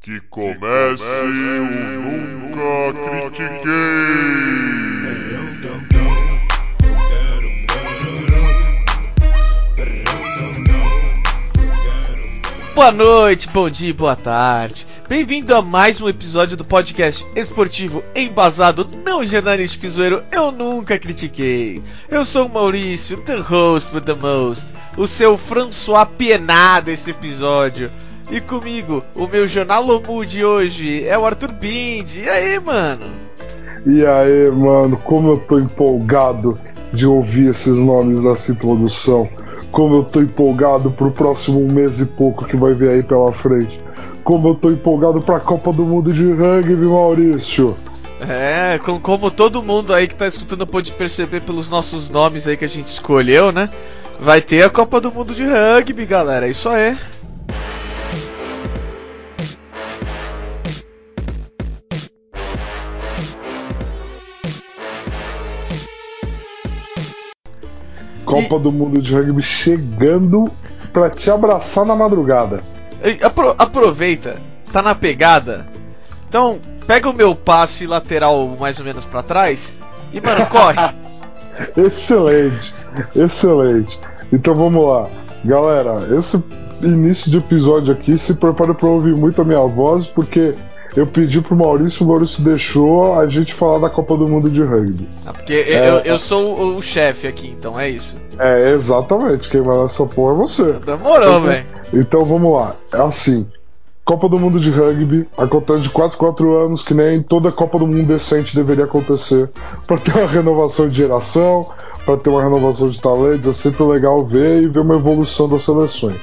Que comece o Nunca Critiquei! Boa noite, bom dia, boa tarde. Bem-vindo a mais um episódio do podcast esportivo embasado, não jornalístico e zoeiro, Eu Nunca Critiquei. Eu sou o Maurício, the host with the most, o seu François Pienaar desse episódio. E comigo, o meu jornal Lomu de hoje é o Arthur Bindi. E aí, mano? E aí, mano, como eu tô empolgado de ouvir esses nomes dessa introdução. Como eu tô empolgado pro próximo mês e pouco que vai vir aí pela frente. Como eu tô empolgado pra Copa do Mundo de Rugby, Maurício. É, como todo mundo aí que tá escutando pode perceber pelos nossos nomes aí que a gente escolheu, né? Vai ter a Copa do Mundo de Rugby, galera, isso aí. Copa do Mundo de Rugby chegando pra te abraçar na madrugada. Aproveita, tá na pegada. Então, pega o meu passe lateral mais ou menos pra trás e, mano, corre. Excelente, excelente. Então vamos lá. Galera, esse início de episódio aqui, se prepare pra ouvir muito a minha voz, porque eu pedi pro Maurício, o Maurício deixou a gente falar da Copa do Mundo de Rugby. Porque eu sou o chefe aqui, então é isso. É, exatamente. Quem vai nessa porra é você. Demorou, velho. Então vamos lá. É assim. Copa do Mundo de Rugby acontece de 4 em 4 anos, que nem toda Copa do Mundo decente deveria acontecer, para ter uma renovação de geração, para ter uma renovação de talentos. É sempre legal ver e ver uma evolução das seleções.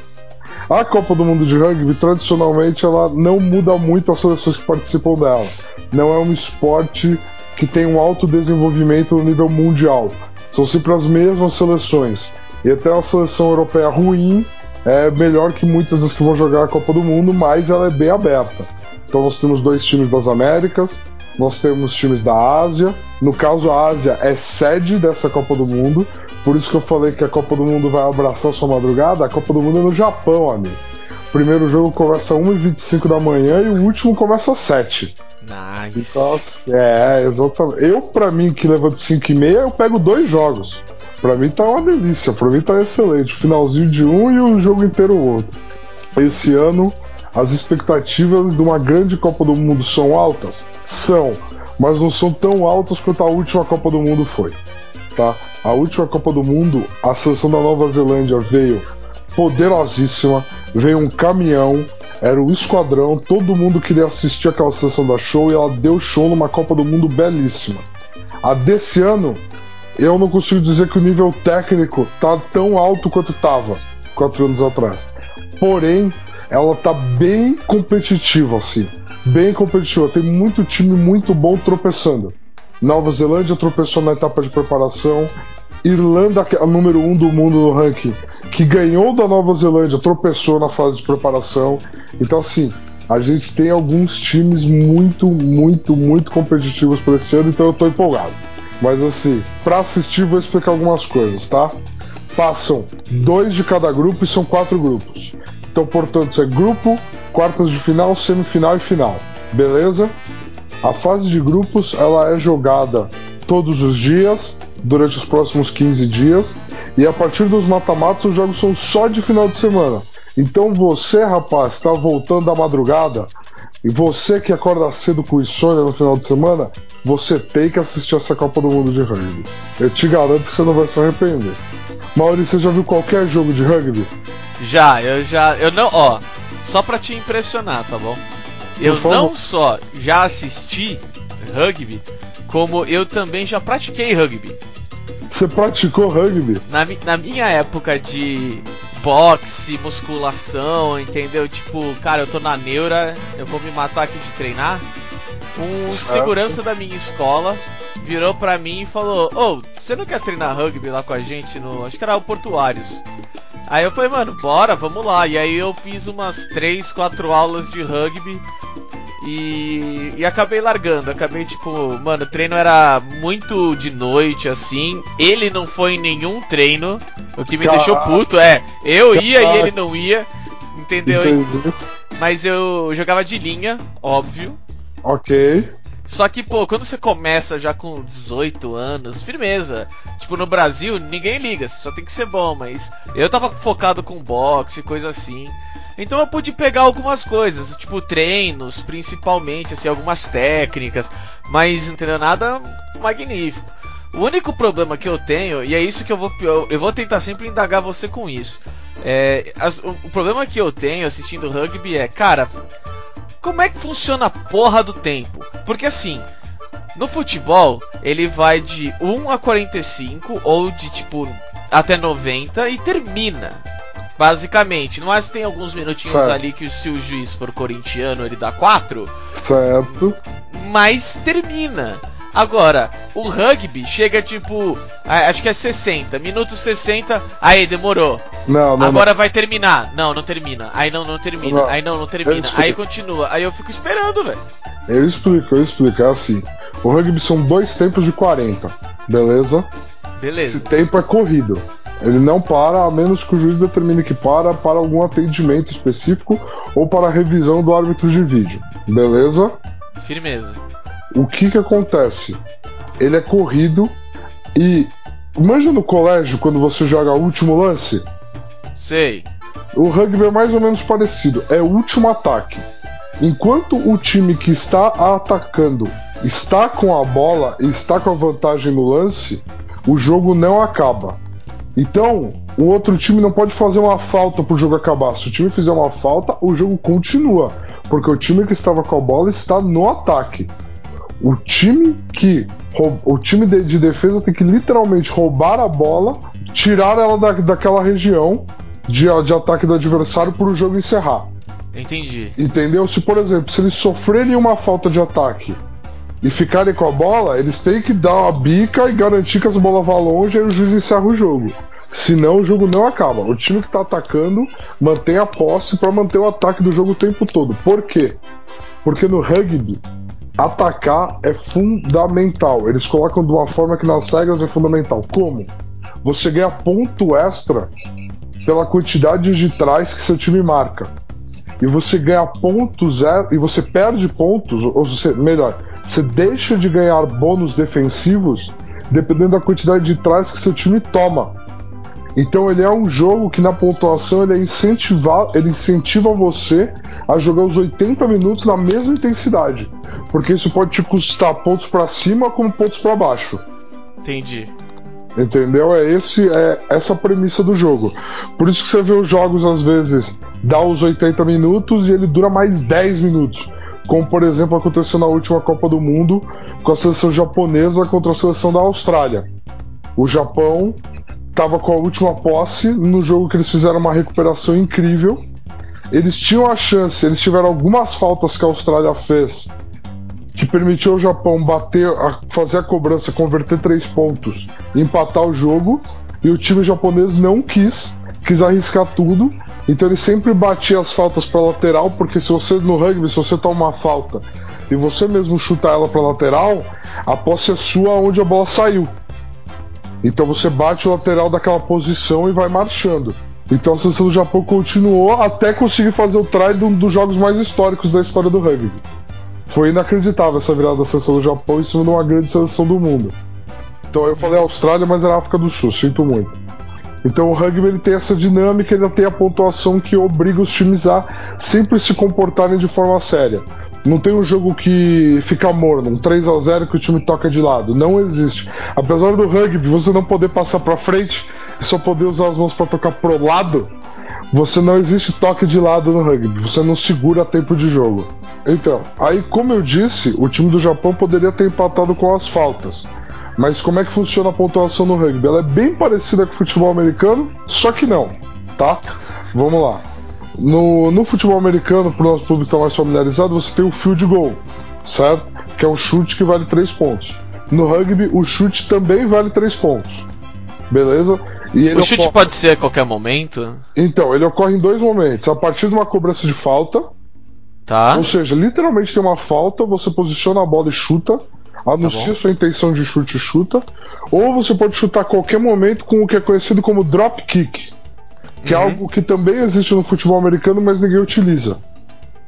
A Copa do Mundo de Rugby, tradicionalmente, ela não muda muito as seleções que participam dela. Não é um esporte que tem um alto desenvolvimento no nível mundial. São sempre as mesmas seleções. E até uma seleção europeia ruim é melhor que muitas das que vão jogar a Copa do Mundo, mas ela é bem aberta. Então nós temos 2 times das Américas, nós temos times da Ásia. No caso, a Ásia é sede dessa Copa do Mundo, por isso que eu falei que a Copa do Mundo vai abraçar sua madrugada. A Copa do Mundo é no Japão, amigo. O primeiro jogo começa às 1h25 da manhã e o último começa às 7. Nice. Então, exatamente. Eu, pra mim, que levanto 5h30, eu pego 2 jogos. Pra mim tá uma delícia, pra mim tá excelente. Finalzinho de um e o jogo inteiro o outro. Esse ano, as expectativas de uma grande Copa do Mundo são altas? São, mas não são tão altas quanto a última Copa do Mundo foi. Tá? A última Copa do Mundo, a seleção da Nova Zelândia veio poderosíssima, veio um caminhão, era o esquadrão, todo mundo queria assistir aquela seleção da show e ela deu show numa Copa do Mundo belíssima. A desse ano, eu não consigo dizer que o nível técnico tá tão alto quanto tava 4 anos atrás. Porém, ela tá bem competitiva, assim. Bem competitiva. Tem muito time muito bom tropeçando. Nova Zelândia tropeçou na etapa de preparação. Irlanda, que é a número 1 do mundo no ranking, que ganhou da Nova Zelândia, tropeçou na fase de preparação. Então, assim, a gente tem alguns times muito, muito, muito competitivos para esse ano, então eu tô empolgado. Mas assim, pra assistir vou explicar algumas coisas, tá? Passam 2 de cada grupo e são 4 grupos. Então, portanto, é grupo, quartas de final, semifinal e final. Beleza? A fase de grupos, ela é jogada todos os dias, durante os próximos 15 dias. E a partir dos mata-matas, os jogos são só de final de semana. Então você, rapaz, tá voltando da madrugada, e você que acorda cedo com insônia no final de semana, você tem que assistir essa Copa do Mundo de Rugby. Eu te garanto que você não vai se arrepender. Maurício, você já viu qualquer jogo de rugby? Eu não, ó, só pra te impressionar, tá bom? Eu não só já assisti rugby, como eu também já pratiquei rugby. Você praticou rugby? Na minha época de boxe, musculação, entendeu? Tipo, cara, eu tô na neura, eu vou me matar aqui de treinar. Um segurança da minha escola virou pra mim e falou: você não quer treinar rugby lá com a gente no... Acho que era o Portuários. Aí eu falei, mano, bora, vamos lá. E aí eu fiz umas 3, 4 aulas de rugby e acabei largando. Acabei, tipo, mano, o treino era muito de noite, assim. Ele não foi em nenhum treino, o que me deixou puto. Eu ia e ele não ia, entendeu? Entendi. Mas eu jogava de linha, óbvio. Ok. Só que, pô, quando você começa já com 18 anos, firmeza. Tipo, no Brasil, ninguém liga, você só tem que ser bom, mas eu tava focado com boxe e coisa assim. Então eu pude pegar algumas coisas, tipo treinos, principalmente, assim, algumas técnicas, mas não entendeu nada magnífico. O único problema que eu tenho, e é isso que eu vou tentar sempre indagar você com isso. O problema que eu tenho assistindo rugby é, cara, como é que funciona a porra do tempo? Porque assim, no futebol, ele vai de 1 a 45 ou de tipo até 90 e termina. Basicamente, mas tem alguns minutinhos certo. ali que se o juiz for corintiano ele dá 4, Certo. mas termina. Agora, o rugby chega tipo, acho que é 60, minuto 60, aí demorou. Não. Agora vai terminar. Não termina. Aí não termina. Não. Aí não termina. Aí continua. Aí eu fico esperando, velho. Eu explico. É assim. O rugby são 2 tempos de 40, beleza? Beleza. Esse tempo é corrido. Ele não para, a menos que o juiz determine que para algum atendimento específico ou para a revisão do árbitro de vídeo, beleza? Firmeza. O que acontece? Ele é corrido e... Manja no colégio quando você joga o último lance? Sei. O rugby é mais ou menos parecido, é o último ataque. Enquanto o time que está atacando está com a bola e está com a vantagem no lance, o jogo não acaba. Então, o outro time não pode fazer uma falta pro jogo acabar. Se o time fizer uma falta, o jogo continua, porque o time que estava com a bola está no ataque. O time de defesa tem que literalmente roubar a bola, tirar ela daquela região de ataque do adversário para o jogo encerrar. Entendi. Entendeu? Se, por exemplo, se eles sofrerem uma falta de ataque e ficarem com a bola, eles têm que dar uma bica e garantir que essa bola vá longe e aí o juiz encerra o jogo. Senão o jogo não acaba. O time que está atacando mantém a posse para manter o ataque do jogo o tempo todo. Por quê? Porque no rugby, atacar é fundamental. Eles colocam de uma forma que nas regras é fundamental. Como? Você ganha ponto extra pela quantidade de trás que seu time marca. E você ganha pontos e você perde pontos, ou você deixa de ganhar bônus defensivos dependendo da quantidade de trás que seu time toma. Então ele é um jogo que na pontuação ele incentiva você a jogar os 80 minutos na mesma intensidade, porque isso pode te custar pontos para cima como pontos para baixo. Entendi. Entendeu? É essa a premissa do jogo. Por isso que você vê os jogos às vezes dá os 80 minutos e ele dura mais 10 minutos. Como por exemplo aconteceu na última Copa do Mundo com a seleção japonesa contra a seleção da Austrália. O Japão estava com a última posse no jogo que eles fizeram uma recuperação incrível. Eles tinham a chance, eles tiveram algumas faltas que a Austrália fez que permitiu ao Japão fazer a cobrança, converter 3 pontos e empatar o jogo, e o time japonês não quis arriscar tudo, então ele sempre batia as faltas para lateral, porque se você no rugby, se você toma uma falta e você mesmo chutar ela para lateral, a posse é sua onde a bola saiu. Então você bate o lateral daquela posição e vai marchando. Então a seleção do Japão continuou até conseguir fazer o try de um dos jogos mais históricos da história do rugby. Foi inacreditável essa virada da seleção do Japão em cima de uma grande seleção do mundo. Então eu falei Austrália, mas era África do Sul, sinto muito. Então o rugby ele tem essa dinâmica, ele tem a pontuação que obriga os times a sempre se comportarem de forma séria. Não tem um jogo que fica morno, um 3-0 que o time toca de lado. Não existe. Apesar do rugby você não poder passar pra frente e só poder usar as mãos para tocar pro lado, você não existe toque de lado no rugby. Você não segura tempo de jogo. Então, aí como eu disse, o time do Japão poderia ter empatado com as faltas. Mas como é que funciona a pontuação no rugby? Ela é bem parecida com o futebol americano, só que não, tá? Vamos lá. No futebol americano, para o nosso público estar mais familiarizado, você tem o field goal, certo? Que é um chute que vale 3 pontos. No rugby, o chute também vale 3 pontos. Beleza? O chute pode ser a qualquer momento? Então, ele ocorre em 2 momentos. A partir de uma cobrança de falta. Tá. Ou seja, literalmente tem uma falta, você posiciona a bola e chuta. Anuncia sua intenção de chute e chuta. Ou você pode chutar a qualquer momento com o que é conhecido como drop kick. Que é algo que também existe no futebol americano, mas ninguém utiliza.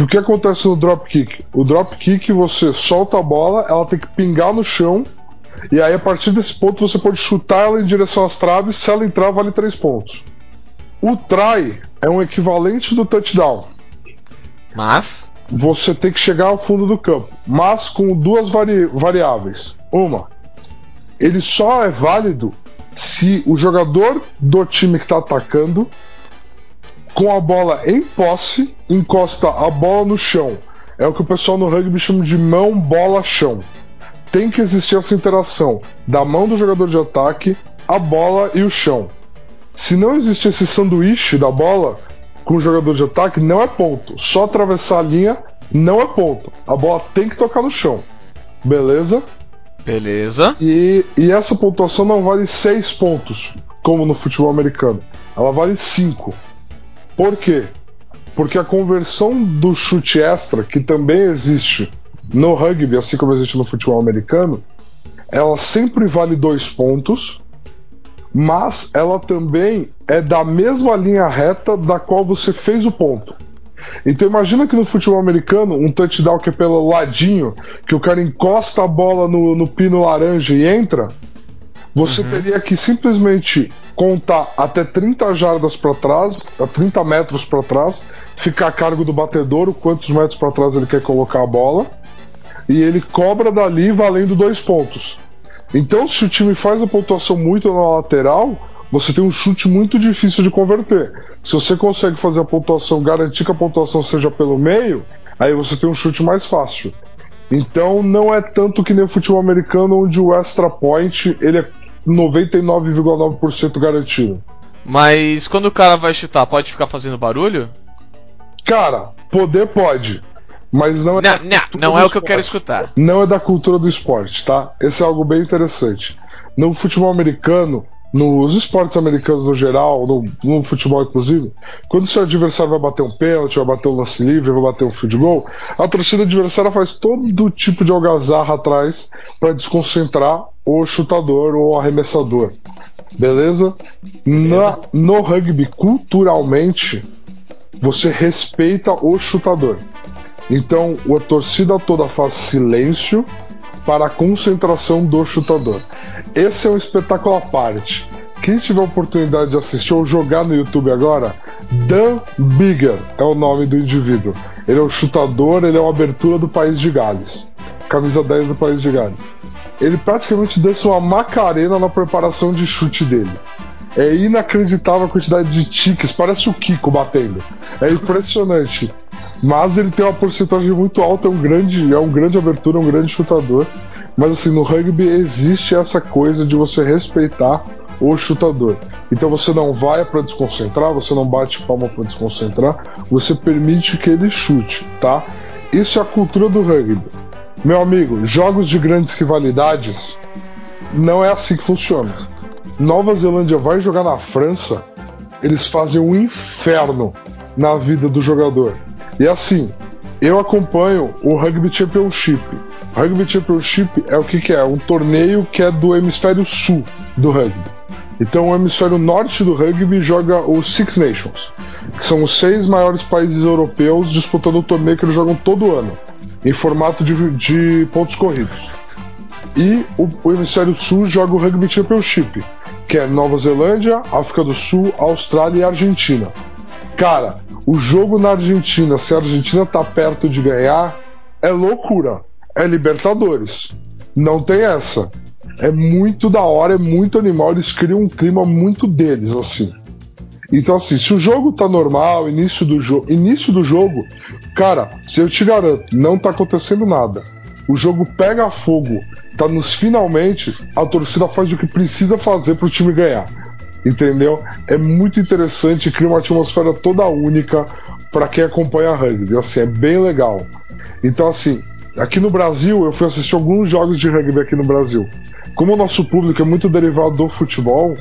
que o que acontece no dropkick? O dropkick, você solta a bola, ela tem que pingar no chão, e aí a partir desse ponto você pode chutar ela em direção às traves, se ela entrar vale 3 pontos. O try é um equivalente do touchdown. Mas Você tem que chegar ao fundo do campo, mas com duas variáveis. Uma, ele só é válido se o jogador do time que está atacando, com a bola em posse, encosta a bola no chão. É o que o pessoal no rugby chama de mão, bola, chão. Tem que existir essa interação da mão do jogador de ataque, a bola e o chão. Se não existe esse sanduíche da bola com o jogador de ataque, não é ponto. Só atravessar a linha não é ponto. A bola tem que tocar no chão. Beleza? beleza. E essa pontuação não vale 6 pontos, como no futebol americano. Ela vale 5. Por quê? Porque a conversão do chute extra, que também existe no rugby, assim como existe no futebol americano, ela sempre vale 2 pontos, mas ela também é da mesma linha reta da qual você fez o ponto. Então imagina que no futebol americano, um touchdown que é pelo ladinho, que o cara encosta a bola no pino laranja e entra, você teria que simplesmente contar até 30 jardas para trás, a 30 metros para trás, ficar a cargo do batedor, quantos metros para trás ele quer colocar a bola, e ele cobra dali valendo 2 pontos. Então, se o time faz a pontuação muito na lateral, você tem um chute muito difícil de converter. Se você consegue fazer a pontuação, garantir que a pontuação seja pelo meio, aí você tem um chute mais fácil. Então, não é tanto que nem o futebol americano, onde o extra point ele é 99,9% garantido. Mas quando o cara vai chutar, pode ficar fazendo barulho? Cara, poder pode, mas não é Não é o que eu quero escutar. Não é da cultura do esporte, tá? Esse é algo bem interessante. No futebol americano, nos esportes americanos no geral, no futebol inclusive, quando o seu adversário vai bater um pênalti, vai bater um lance livre, vai bater um field goal, a torcida adversária faz todo tipo de algazarra atrás para desconcentrar o chutador ou o arremessador. Beleza? No rugby, culturalmente, você respeita o chutador. Então a torcida toda faz silêncio para a concentração do chutador. Esse é um espetáculo à parte. Quem tiver a oportunidade de assistir ou jogar no YouTube agora, Dan Bigger é o nome do indivíduo. Ele é o chutador, ele é uma abertura do País de Gales. Camisa 10 do País de Gales. Ele praticamente dança uma macarena na preparação de chute dele. É inacreditável a quantidade de tiques, parece o Kiko batendo. É impressionante. Mas ele tem uma porcentagem muito alta, é um grande abertura, um grande chutador. Mas assim, no rugby existe essa coisa de você respeitar o chutador. Então você não vai para desconcentrar, você não bate palma para desconcentrar, você permite que ele chute, tá? Isso é a cultura do rugby. Meu amigo, jogos de grandes rivalidades não é assim que funciona. Nova Zelândia vai jogar na França, eles fazem um inferno na vida do jogador. E assim, eu acompanho o Rugby Championship. O Rugby Championship é o que é? Um torneio que é do hemisfério sul do rugby. Então o hemisfério norte do rugby joga os Six Nations, que são os 6 maiores países europeus disputando o torneio que eles jogam todo ano, em formato de pontos corridos. E o hemisfério sul joga o Rugby Championship, que é Nova Zelândia, África do Sul, Austrália e Argentina. Cara, o jogo na Argentina, se a Argentina tá perto de ganhar, é loucura. É Libertadores. Não tem essa. É muito da hora, é muito animal, eles criam um clima muito deles, assim. Então, assim, se o jogo tá normal, início do jogo, cara, se eu te garanto, não tá acontecendo nada. O jogo pega fogo, tá nos finalmente, a torcida faz o que precisa fazer pro time ganhar. Entendeu? É muito interessante, cria uma atmosfera toda única para quem acompanha rugby. Assim, é bem legal. Então, assim, aqui no Brasil, eu fui assistir alguns jogos de rugby aqui no Brasil. Como o nosso público é muito derivado do futebol,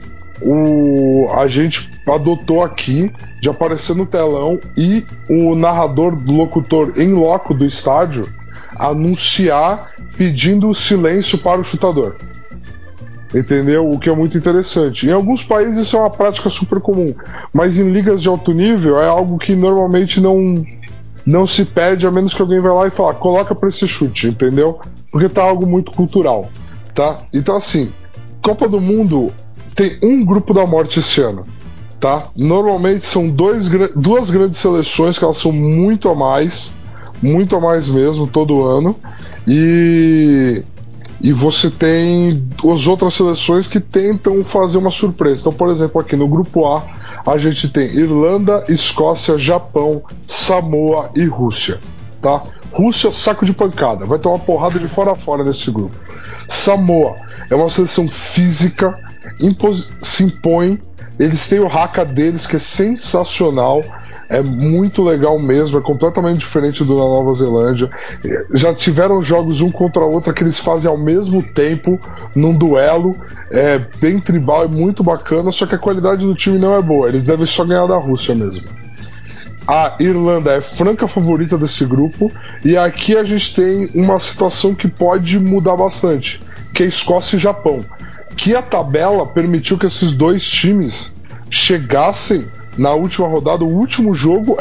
a gente adotou aqui de aparecer no telão e o narrador, locutor em loco do estádio anunciar pedindo silêncio para o chutador. Entendeu? O que é muito interessante. Em alguns países isso é uma prática super comum, mas em ligas de alto nível é algo que normalmente não se perde a menos que alguém vai lá e fala, coloca pra esse chute, entendeu? Porque tá algo muito cultural, tá? Então assim, Copa do Mundo tem um grupo da morte esse ano, tá? Normalmente são duas grandes seleções que elas são muito a mais mesmo todo ano, e você tem as outras seleções que tentam fazer uma surpresa. Então, por exemplo, aqui no grupo A gente tem Irlanda, Escócia, Japão, Samoa e Rússia, tá? Rússia, saco de pancada, vai ter uma porrada de fora a fora nesse grupo. Samoa é uma seleção física, se impõe, eles têm o haka deles que é sensacional, é muito legal mesmo, é completamente diferente do da Nova Zelândia. Já tiveram jogos um contra o outro que eles fazem ao mesmo tempo, num duelo, é bem tribal, é muito bacana, só que a qualidade do time não é boa, eles devem só ganhar da Rússia mesmo. A Irlanda é franca favorita desse grupo, e aqui a gente tem uma situação que pode mudar bastante, que é Escócia e Japão, que a tabela permitiu que esses dois times chegassem na última rodada. O último jogo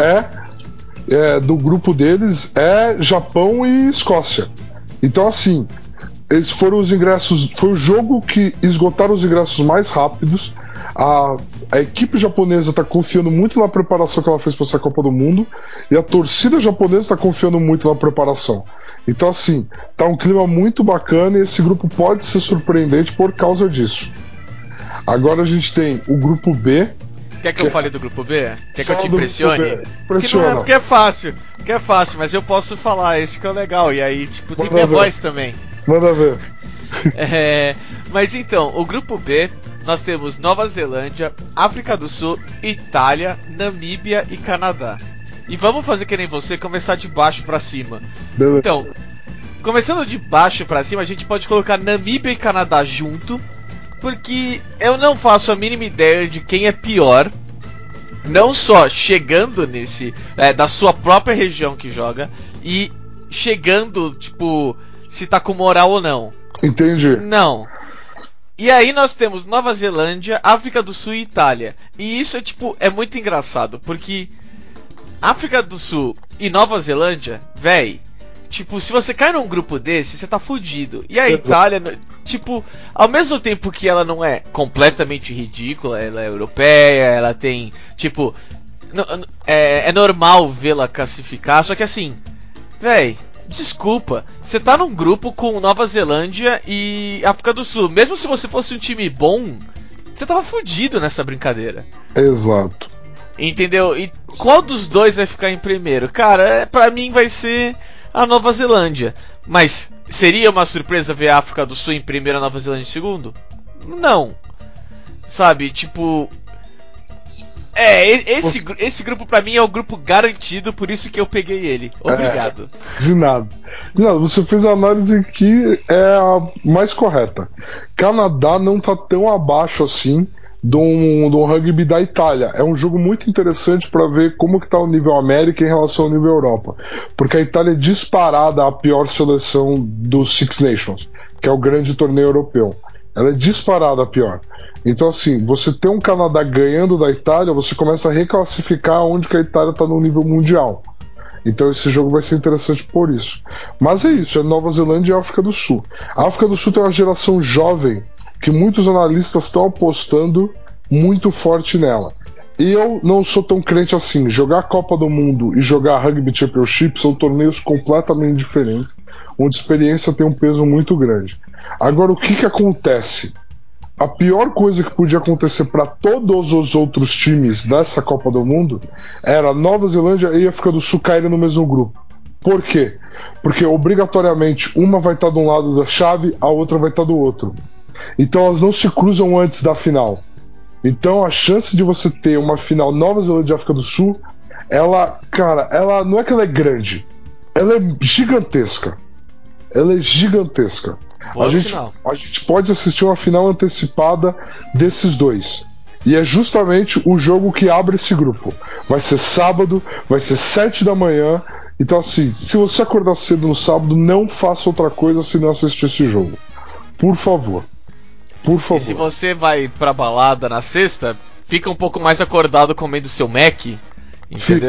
do grupo deles é Japão e Escócia. Então assim, esses foram os ingressos, foi o jogo que esgotaram os ingressos mais rápidos. A equipe japonesa está confiando muito na preparação que ela fez para essa Copa do Mundo, e a torcida japonesa está confiando muito na preparação. Então assim, tá um clima muito bacana e esse grupo pode ser surpreendente por causa disso. Agora a gente tem o grupo B. Quer que eu fale do grupo B? Quer que eu te impressione? Porque é fácil, mas eu posso falar, esse que é o legal, e aí, tipo, tem minha voz também. Manda ver. Mas então, o grupo B, nós temos Nova Zelândia, África do Sul, Itália, Namíbia e Canadá. E vamos fazer que nem você, começar de baixo pra cima. Beleza. Então, começando de baixo pra cima, a gente pode colocar Namíbia e Canadá junto, porque eu não faço a mínima ideia de quem é pior, não só chegando nesse, da sua própria região que joga, e chegando, tipo, se tá com moral ou não. Entendi. Não. E aí nós temos Nova Zelândia, África do Sul e Itália. E isso é muito engraçado, porque África do Sul e Nova Zelândia, véi, tipo, se você cai num grupo desse, você tá fudido. E a Itália, tipo, ao mesmo tempo que ela não é completamente ridícula, ela é europeia, ela tem, tipo, é normal vê-la classificar, só que assim, véi, desculpa, você tá num grupo com Nova Zelândia e África do Sul. Mesmo se você fosse um time bom, você tava fudido nessa brincadeira. Exato. Entendeu? E qual dos dois vai ficar em primeiro? Cara, pra mim vai ser a Nova Zelândia. Mas seria uma surpresa ver a África do Sul em primeiro e a Nova Zelândia em segundo? Não. Sabe, tipo... esse grupo pra mim é o grupo garantido, por isso que eu peguei ele. Obrigado. De nada. Você fez a análise que é a mais correta. Canadá não tá tão abaixo assim do rugby da Itália. É um jogo muito interessante para ver como que tá o nível América em relação ao nível Europa. Porque a Itália é disparada a pior seleção dos Six Nations, que é o grande torneio europeu. Ela é disparada a pior. Então assim, você tem um Canadá ganhando da Itália, você começa a reclassificar onde que a Itália está no nível mundial. Então esse jogo vai ser interessante por isso. Mas é isso, é Nova Zelândia e África do Sul. A África do Sul tem uma geração jovem que muitos analistas estão apostando muito forte nela. Eu não sou tão crente assim. Jogar Copa do Mundo e jogar Rugby Championship são torneios completamente diferentes, onde a experiência tem um peso muito grande. Agora, o que acontece? A pior coisa que podia acontecer para todos os outros times dessa Copa do Mundo era Nova Zelândia e África do Sul caírem no mesmo grupo. Por quê? Porque obrigatoriamente uma vai estar de um lado da chave, a outra vai estar do outro. Então elas não se cruzam antes da final. Então a chance de você ter uma final Nova Zelândia e África do Sul, ela não é que ela é grande, ela é gigantesca. Ela é gigantesca. A gente pode assistir uma final antecipada desses dois. E é justamente o jogo que abre esse grupo. Vai ser sábado, vai ser 7 da manhã. Então assim, se você acordar cedo no sábado, não faça outra coisa senão assistir esse jogo. Por favor. Por favor. E se você vai pra balada na sexta, fica um pouco mais acordado comendo seu Mac, entendeu?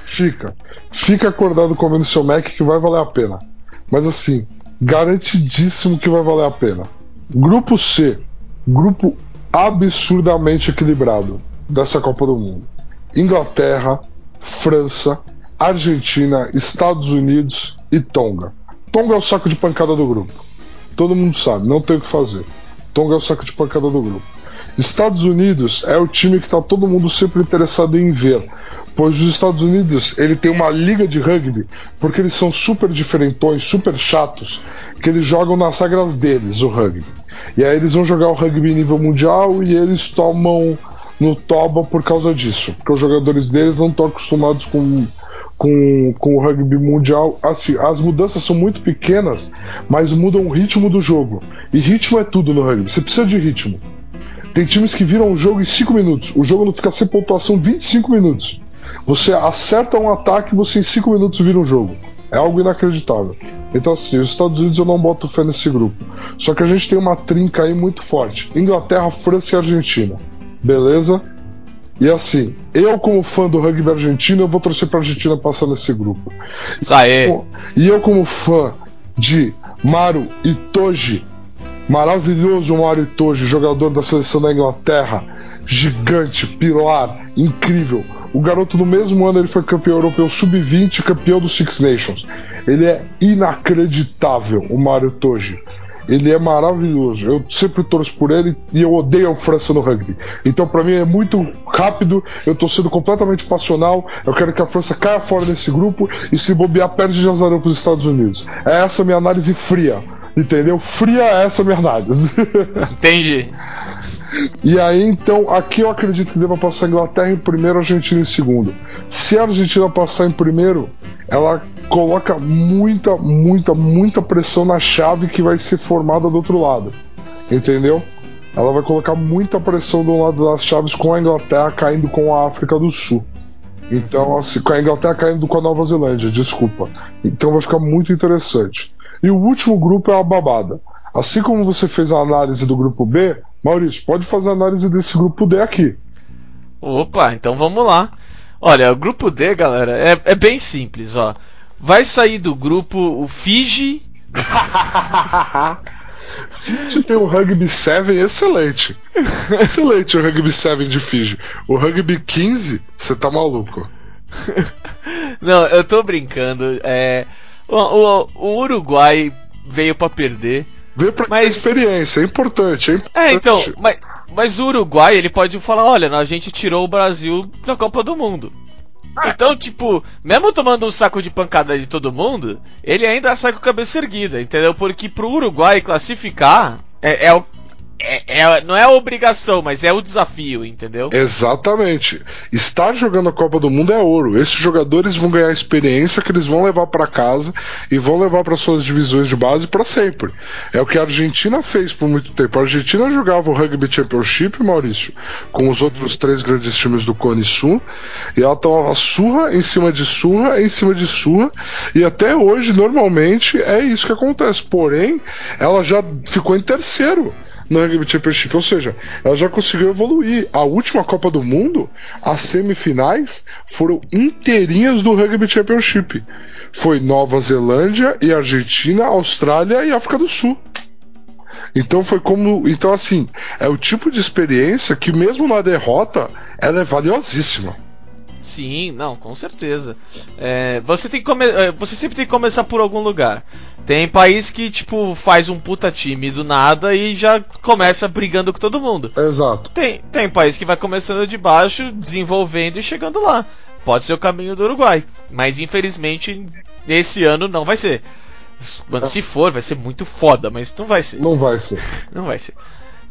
Fica acordado comendo seu Mac que vai valer a pena. Mas assim, garantidíssimo que vai valer a pena. Grupo C, grupo absurdamente equilibrado dessa Copa do Mundo. Inglaterra, França, Argentina, Estados Unidos e Tonga. Tonga é o saco de pancada do grupo. Todo mundo sabe, não tem o que fazer. Tonga é o saco de pancada do grupo. Estados Unidos é o time que está todo mundo sempre interessado em ver, pois os Estados Unidos ele tem uma liga de rugby, porque eles são super diferentões, super chatos, que eles jogam nas regras deles, o rugby. E aí eles vão jogar o rugby em nível mundial e eles tomam no toba por causa disso, porque os jogadores deles não estão acostumados com o rugby mundial. Assim, as mudanças são muito pequenas, mas mudam o ritmo do jogo. E ritmo é tudo no rugby, você precisa de ritmo. Tem times que viram o jogo em 5 minutos. O jogo não fica sem pontuação 25 minutos. Você acerta um ataque e você em 5 minutos vira um jogo. É algo inacreditável. Então assim, os Estados Unidos eu não boto fé nesse grupo. Só que a gente tem uma trinca aí muito forte. Inglaterra, França e Argentina. Beleza? E assim, eu como fã do rugby argentino, eu vou torcer pra Argentina passar nesse grupo. Isso aí. E eu como fã de Mauro Itoje, maravilhoso Mauro Itoje, jogador da seleção da Inglaterra, gigante, pilar, incrível. O garoto no mesmo ano ele foi campeão europeu sub-20, campeão do Six Nations. Ele é inacreditável, o Mauro Itoje. Ele é maravilhoso. Eu sempre torço por ele e eu odeio a França no rugby. Então pra mim é muito rápido, eu tô sendo completamente passional. Eu quero que a França caia fora desse grupo e se bobear perde de azarão pros Estados Unidos. É essa a minha análise fria. Entendeu? Fria é essa a minha análise. Entendi. E aí, então, aqui eu acredito que deva passar a Inglaterra em primeiro, a Argentina em segundo. Se a Argentina passar em primeiro, ela coloca muita pressão na chave que vai ser formada do outro lado. Entendeu? Ela vai colocar muita pressão do lado das chaves com a Inglaterra caindo com a África do Sul. Então, assim, com a Inglaterra caindo com a Nova Zelândia, desculpa. Então vai ficar muito interessante. E o último grupo é a babada. Assim como você fez a análise do grupo B, Maurício, pode fazer a análise desse grupo D aqui. Opa, então vamos lá. Olha, o grupo D, galera, é bem simples, ó. Vai sair do grupo o Fiji. Fiji tem um Rugby 7 excelente. Excelente o Rugby 7 de Fiji. O Rugby 15, você tá maluco. Não, eu tô brincando. O Uruguai veio pra perder. Veio pra ter experiência, é importante. Então, mas o Uruguai, ele pode falar, olha, a gente tirou o Brasil da Copa do Mundo. Então, tipo, mesmo tomando um saco de pancada de todo mundo, ele ainda sai com a cabeça erguida, entendeu? Porque pro Uruguai classificar não é a obrigação, mas é o desafio, entendeu? Exatamente. Estar jogando a Copa do Mundo é ouro. Esses jogadores vão ganhar experiência que eles vão levar para casa e vão levar para suas divisões de base para sempre. É o que a Argentina fez por muito tempo. A Argentina jogava o Rugby Championship, Maurício, com os outros 3 grandes times do Cone Sul, e ela tomava surra em cima de surra em cima de surra, e até hoje, normalmente, é isso que acontece. Porém, ela já ficou em terceiro no Rugby Championship, ou seja, ela já conseguiu evoluir. A última Copa do Mundo, as semifinais foram inteirinhas do Rugby Championship. Foi Nova Zelândia e Argentina, Austrália e África do Sul. Então então assim, é o tipo de experiência que mesmo na derrota, ela é valiosíssima. Sim, não, com certeza. Você sempre tem que começar por algum lugar. Tem país que, tipo, faz um puta time do nada e já começa brigando com todo mundo. Exato. Tem país que vai começando de baixo, desenvolvendo e chegando lá. Pode ser o caminho do Uruguai. Mas, infelizmente, esse ano não vai ser. Se for, vai ser muito foda, mas não vai ser. Não vai ser. Não vai ser.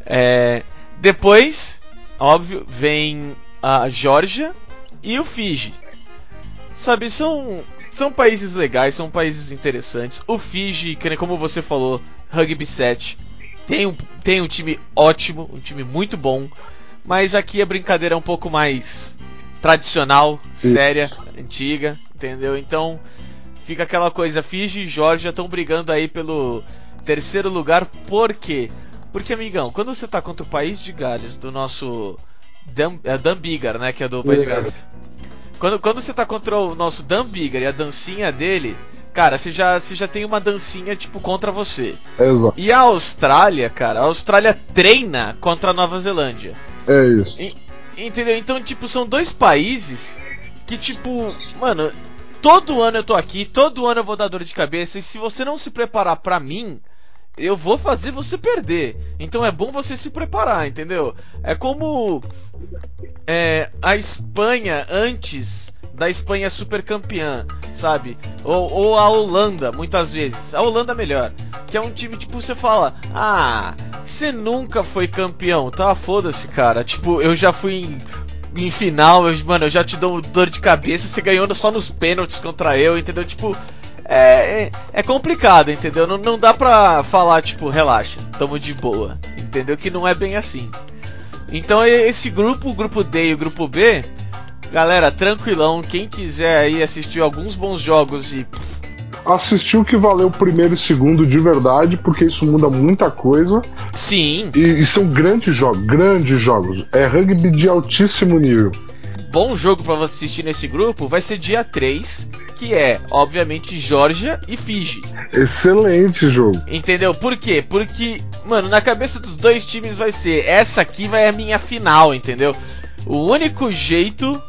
Depois, óbvio, vem a Geórgia e o Fiji. Sabe, são países legais, são países interessantes. O Fiji, como você falou, Rugby 7, tem um time ótimo, um time muito bom. Mas aqui a brincadeira é um pouco mais tradicional, séria, antiga, entendeu? Então fica aquela coisa, Fiji e Geórgia estão brigando aí pelo terceiro lugar. Por quê? Porque, amigão, quando você tá contra o país de Gales, do nosso Dan Biggar, né, que é do país de Gales, Quando você tá contra o nosso Dan Bigger e a dancinha dele, cara, você já tem uma dancinha, tipo, contra você. Exato. E a Austrália, cara, a Austrália treina contra a Nova Zelândia. É isso. Entendeu? Então, tipo, são dois países que, tipo, mano, todo ano eu tô aqui, todo ano eu vou dar dor de cabeça, e se você não se preparar pra mim, eu vou fazer você perder. Então é bom você se preparar, entendeu? É como a Espanha antes da Espanha super campeã, sabe? Ou a Holanda, muitas vezes. A Holanda melhor. Que é um time, tipo, você fala, você nunca foi campeão, tá? Foda-se, cara. Tipo, eu já fui em final, eu já te dou dor de cabeça, você ganhou só nos pênaltis contra eu, entendeu? Tipo, é complicado, entendeu? Não dá pra falar, tipo, relaxa, tamo de boa, entendeu? Que não é bem assim. Então esse grupo, o grupo D e o grupo B, galera, tranquilão, quem quiser aí assistir alguns bons jogos e... Assistir o que valeu o primeiro e segundo de verdade, porque isso muda muita coisa. Sim. E são grandes jogos. É rugby de altíssimo nível. Bom jogo pra você assistir nesse grupo vai ser dia 3, que é, obviamente, Geórgia e Fiji. Excelente jogo. Entendeu? Por quê? Porque, mano, na cabeça dos dois times vai ser, essa aqui vai a minha final, entendeu? O único jeito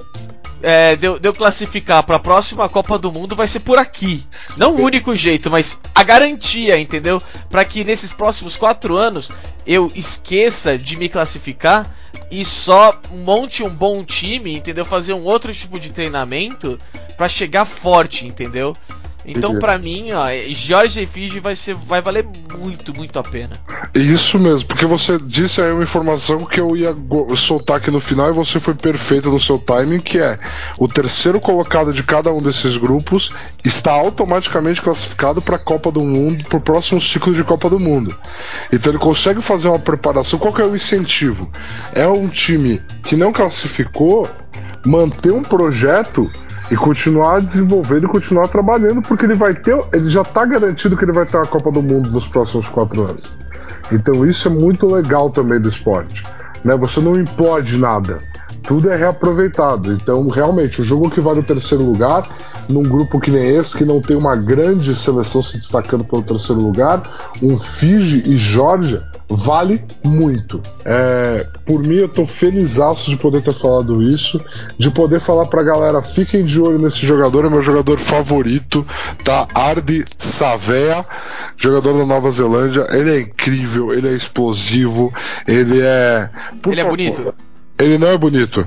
de eu classificar pra próxima Copa do Mundo vai ser por aqui. Não o único jeito, mas a garantia, entendeu? Pra que nesses próximos 4 anos eu esqueça de me classificar e só monte um bom time, entendeu? Fazer um outro tipo de treinamento pra chegar forte, entendeu? Então, pra mim, ó, Geórgia e Fiji vai valer muito, muito a pena. Isso mesmo, porque você disse aí uma informação que eu ia soltar aqui no final e você foi perfeito no seu timing, que é o terceiro colocado de cada um desses grupos está automaticamente classificado para a Copa do Mundo, para o próximo ciclo de Copa do Mundo. Então ele consegue fazer uma preparação. Qual que é o incentivo? É um time que não classificou manter um projeto e continuar desenvolvendo e continuar trabalhando, porque ele já está garantido que ele vai ter a Copa do Mundo nos próximos 4 anos. Então isso é muito legal também do esporte, né? Você não implode nada, tudo é reaproveitado. Então realmente o jogo que vale o terceiro lugar num grupo que nem esse, que não tem uma grande seleção se destacando pelo terceiro lugar, um Fiji e Geórgia vale muito. Por mim, eu tô felizaço de poder ter falado isso, de poder falar pra galera, fiquem de olho nesse jogador, é meu jogador favorito, tá? Ardi Savea, jogador da Nova Zelândia. Ele é incrível, ele é explosivo, ele é... Ele é bonito? Ele não é bonito,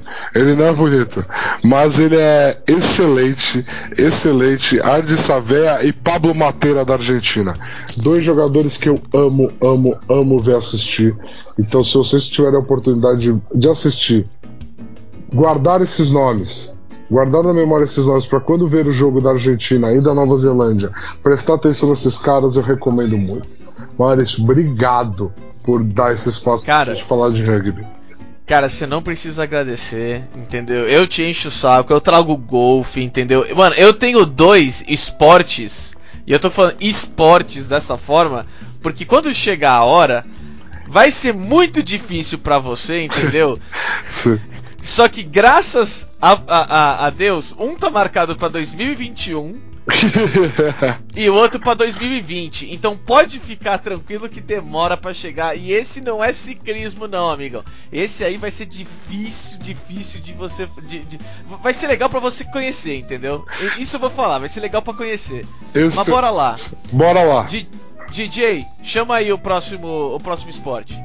mas ele é excelente. Ardi Savea e Pablo Matera da Argentina, 2 jogadores que eu amo ver assistir. Então, se vocês tiverem a oportunidade de assistir, guardar na memória esses nomes para quando ver o jogo da Argentina e da Nova Zelândia, prestar atenção nesses caras, eu recomendo muito. Maurício, obrigado por dar esse espaço pra gente falar de rugby. Cara, você não precisa agradecer, entendeu? Eu te encho o saco, eu trago golfe, entendeu? Mano, eu tenho 2 esportes, e eu tô falando esportes dessa forma, porque quando chegar a hora, vai ser muito difícil pra você, entendeu? Só que graças a Deus, um tá marcado pra 2021... e o outro pra 2020. Então pode ficar tranquilo que demora pra chegar. E esse não é ciclismo não, amigão. Esse aí vai ser difícil de você... vai ser legal pra você conhecer, entendeu? Isso eu vou falar, vai ser legal pra conhecer. Mas bora lá. Bora lá. DJ, chama aí o próximo esporte.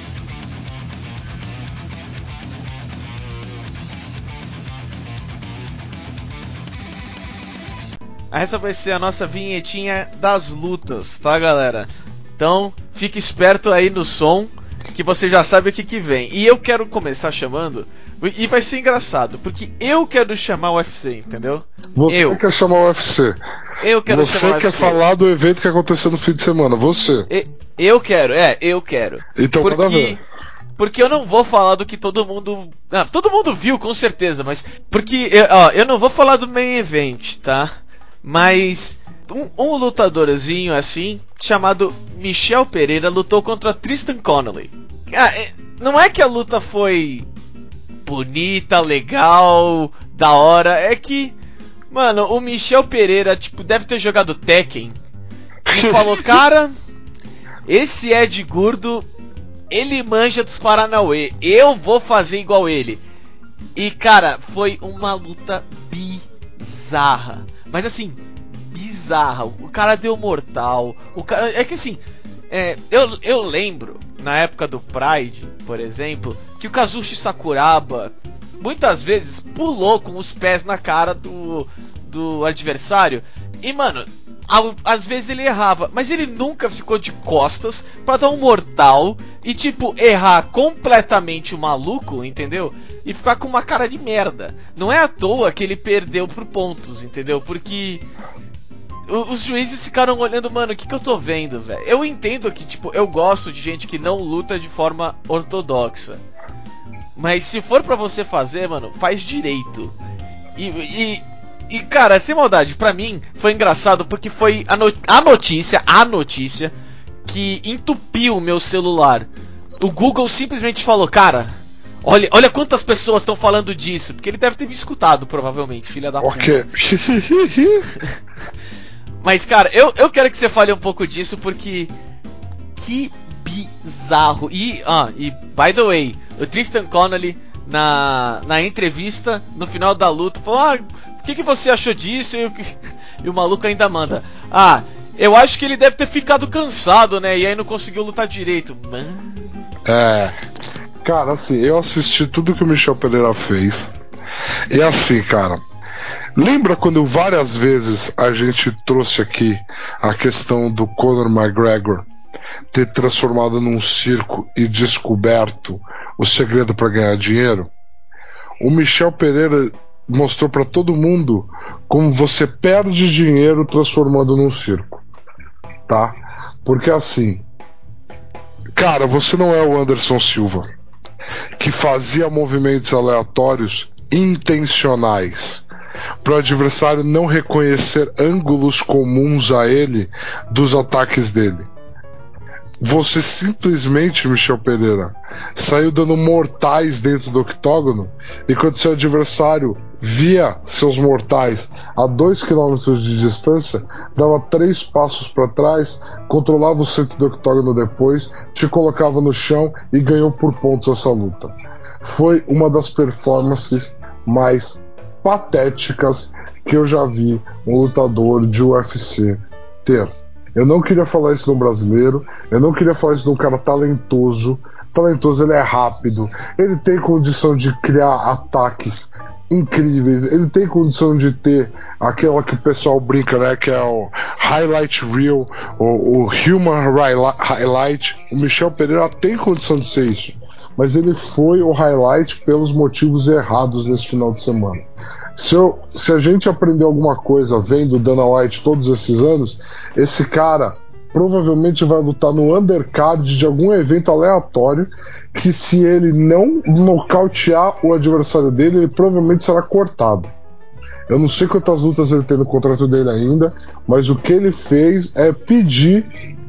Essa vai ser a nossa vinhetinha das lutas, tá, galera? Então, fique esperto aí no som, que você já sabe o que vem. E eu quero começar chamando, e vai ser engraçado, porque eu quero chamar o UFC, entendeu? Você quer chamar o UFC. Eu quero chamar o UFC. Você quer falar do evento que aconteceu no fim de semana, você. Eu quero. Então, porque eu não vou falar do que todo mundo... todo mundo viu, com certeza, mas... Porque, eu não vou falar do main event, tá? Mas um lutadorzinho assim, chamado Michel Pereira, lutou contra Tristan Connolly. Não é que a luta foi bonita, legal, da hora é que, mano, o Michel Pereira, tipo, deve ter jogado Tekken e falou, cara, esse Ed Gordo, ele manja dos Paranauê, eu vou fazer igual ele. E, cara, foi uma luta bizarra. Mas assim, bizarra. O cara deu mortal. O cara. É que assim. Eu lembro, na época do Pride, por exemplo, que o Kazushi Sakuraba muitas vezes pulou com os pés na cara do adversário. E, mano, às vezes ele errava, mas ele nunca ficou de costas pra dar um mortal e, tipo, errar completamente o maluco, entendeu? E ficar com uma cara de merda. Não é à toa que ele perdeu por pontos, entendeu? Porque os juízes ficaram olhando, mano, o que eu tô vendo, velho? Eu entendo que, tipo, eu gosto de gente que não luta de forma ortodoxa. Mas se for pra você fazer, mano, faz direito. E cara, sem maldade, pra mim foi engraçado porque foi a notícia que entupiu o meu celular. O Google simplesmente falou, cara, olha quantas pessoas estão falando disso. Porque ele deve ter me escutado, provavelmente, filha da puta. Ok. Mas, cara, eu quero que você fale um pouco disso, porque que bizarro. E by the way, o Tristan Connolly, na entrevista, no final da luta, falou, o que você achou disso? E o maluco ainda manda, eu acho que ele deve ter ficado cansado, né? E aí não conseguiu lutar direito. Mano. Cara, assim, eu assisti tudo que o Michel Pereira fez. E assim, cara, lembra quando várias vezes a gente trouxe aqui a questão do Conor McGregor ter transformado num circo e descoberto o segredo para ganhar dinheiro? O Michel Pereira mostrou para todo mundo como você perde dinheiro transformando num circo, tá? Porque assim, cara, você não é o Anderson Silva que fazia movimentos aleatórios intencionais para o adversário não reconhecer ângulos comuns a ele dos ataques dele. Você simplesmente, Michel Pereira, saiu dando mortais dentro do octógono, e quando seu adversário via seus mortais a 2 km de distância, dava 3 passos para trás, controlava o centro do octógono depois, te colocava no chão e ganhou por pontos essa luta. Foi uma das performances mais patéticas que eu já vi um lutador de UFC ter. Eu não queria falar isso no brasileiro, eu não queria falar isso de um cara talentoso. Talentoso, ele é rápido, ele tem condição de criar ataques incríveis, ele tem condição de ter aquela que o pessoal brinca, né, que é o highlight reel, o human highlight. O Michel Pereira tem condição de ser isso, mas ele foi o highlight pelos motivos errados nesse final de semana. Se a gente aprender alguma coisa vendo Dana White todos esses anos, esse cara provavelmente vai lutar no undercard de algum evento aleatório, que se ele não nocautear o adversário dele, ele provavelmente será cortado. Eu não sei quantas lutas ele tem no contrato dele ainda, mas o que ele fez é pedir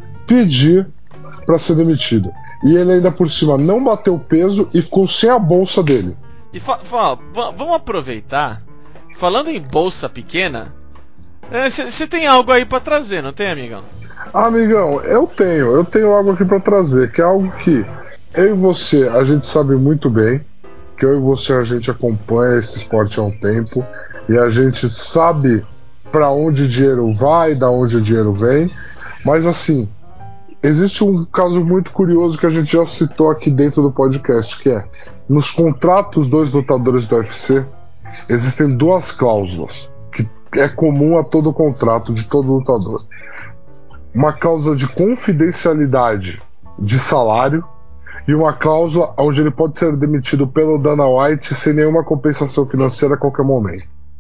para ser demitido. E ele ainda por cima não bateu o peso e ficou sem a bolsa dele. E vamos aproveitar. Falando em bolsa pequena, você tem algo aí pra trazer, não tem, amigão? Amigão, eu tenho algo aqui pra trazer, que é algo que eu e você, a gente sabe muito bem, que eu e você, a gente acompanha esse esporte há um tempo, e a gente sabe pra onde o dinheiro vai, da onde o dinheiro vem, mas assim, existe um caso muito curioso que a gente já citou aqui dentro do podcast, que é, nos contratos dos lutadores do UFC, existem 2 cláusulas, que é comum a todo contrato de todo lutador. Uma cláusula de confidencialidade de salário e uma cláusula onde ele pode ser demitido pelo Dana White sem nenhuma compensação financeira a qualquer momento.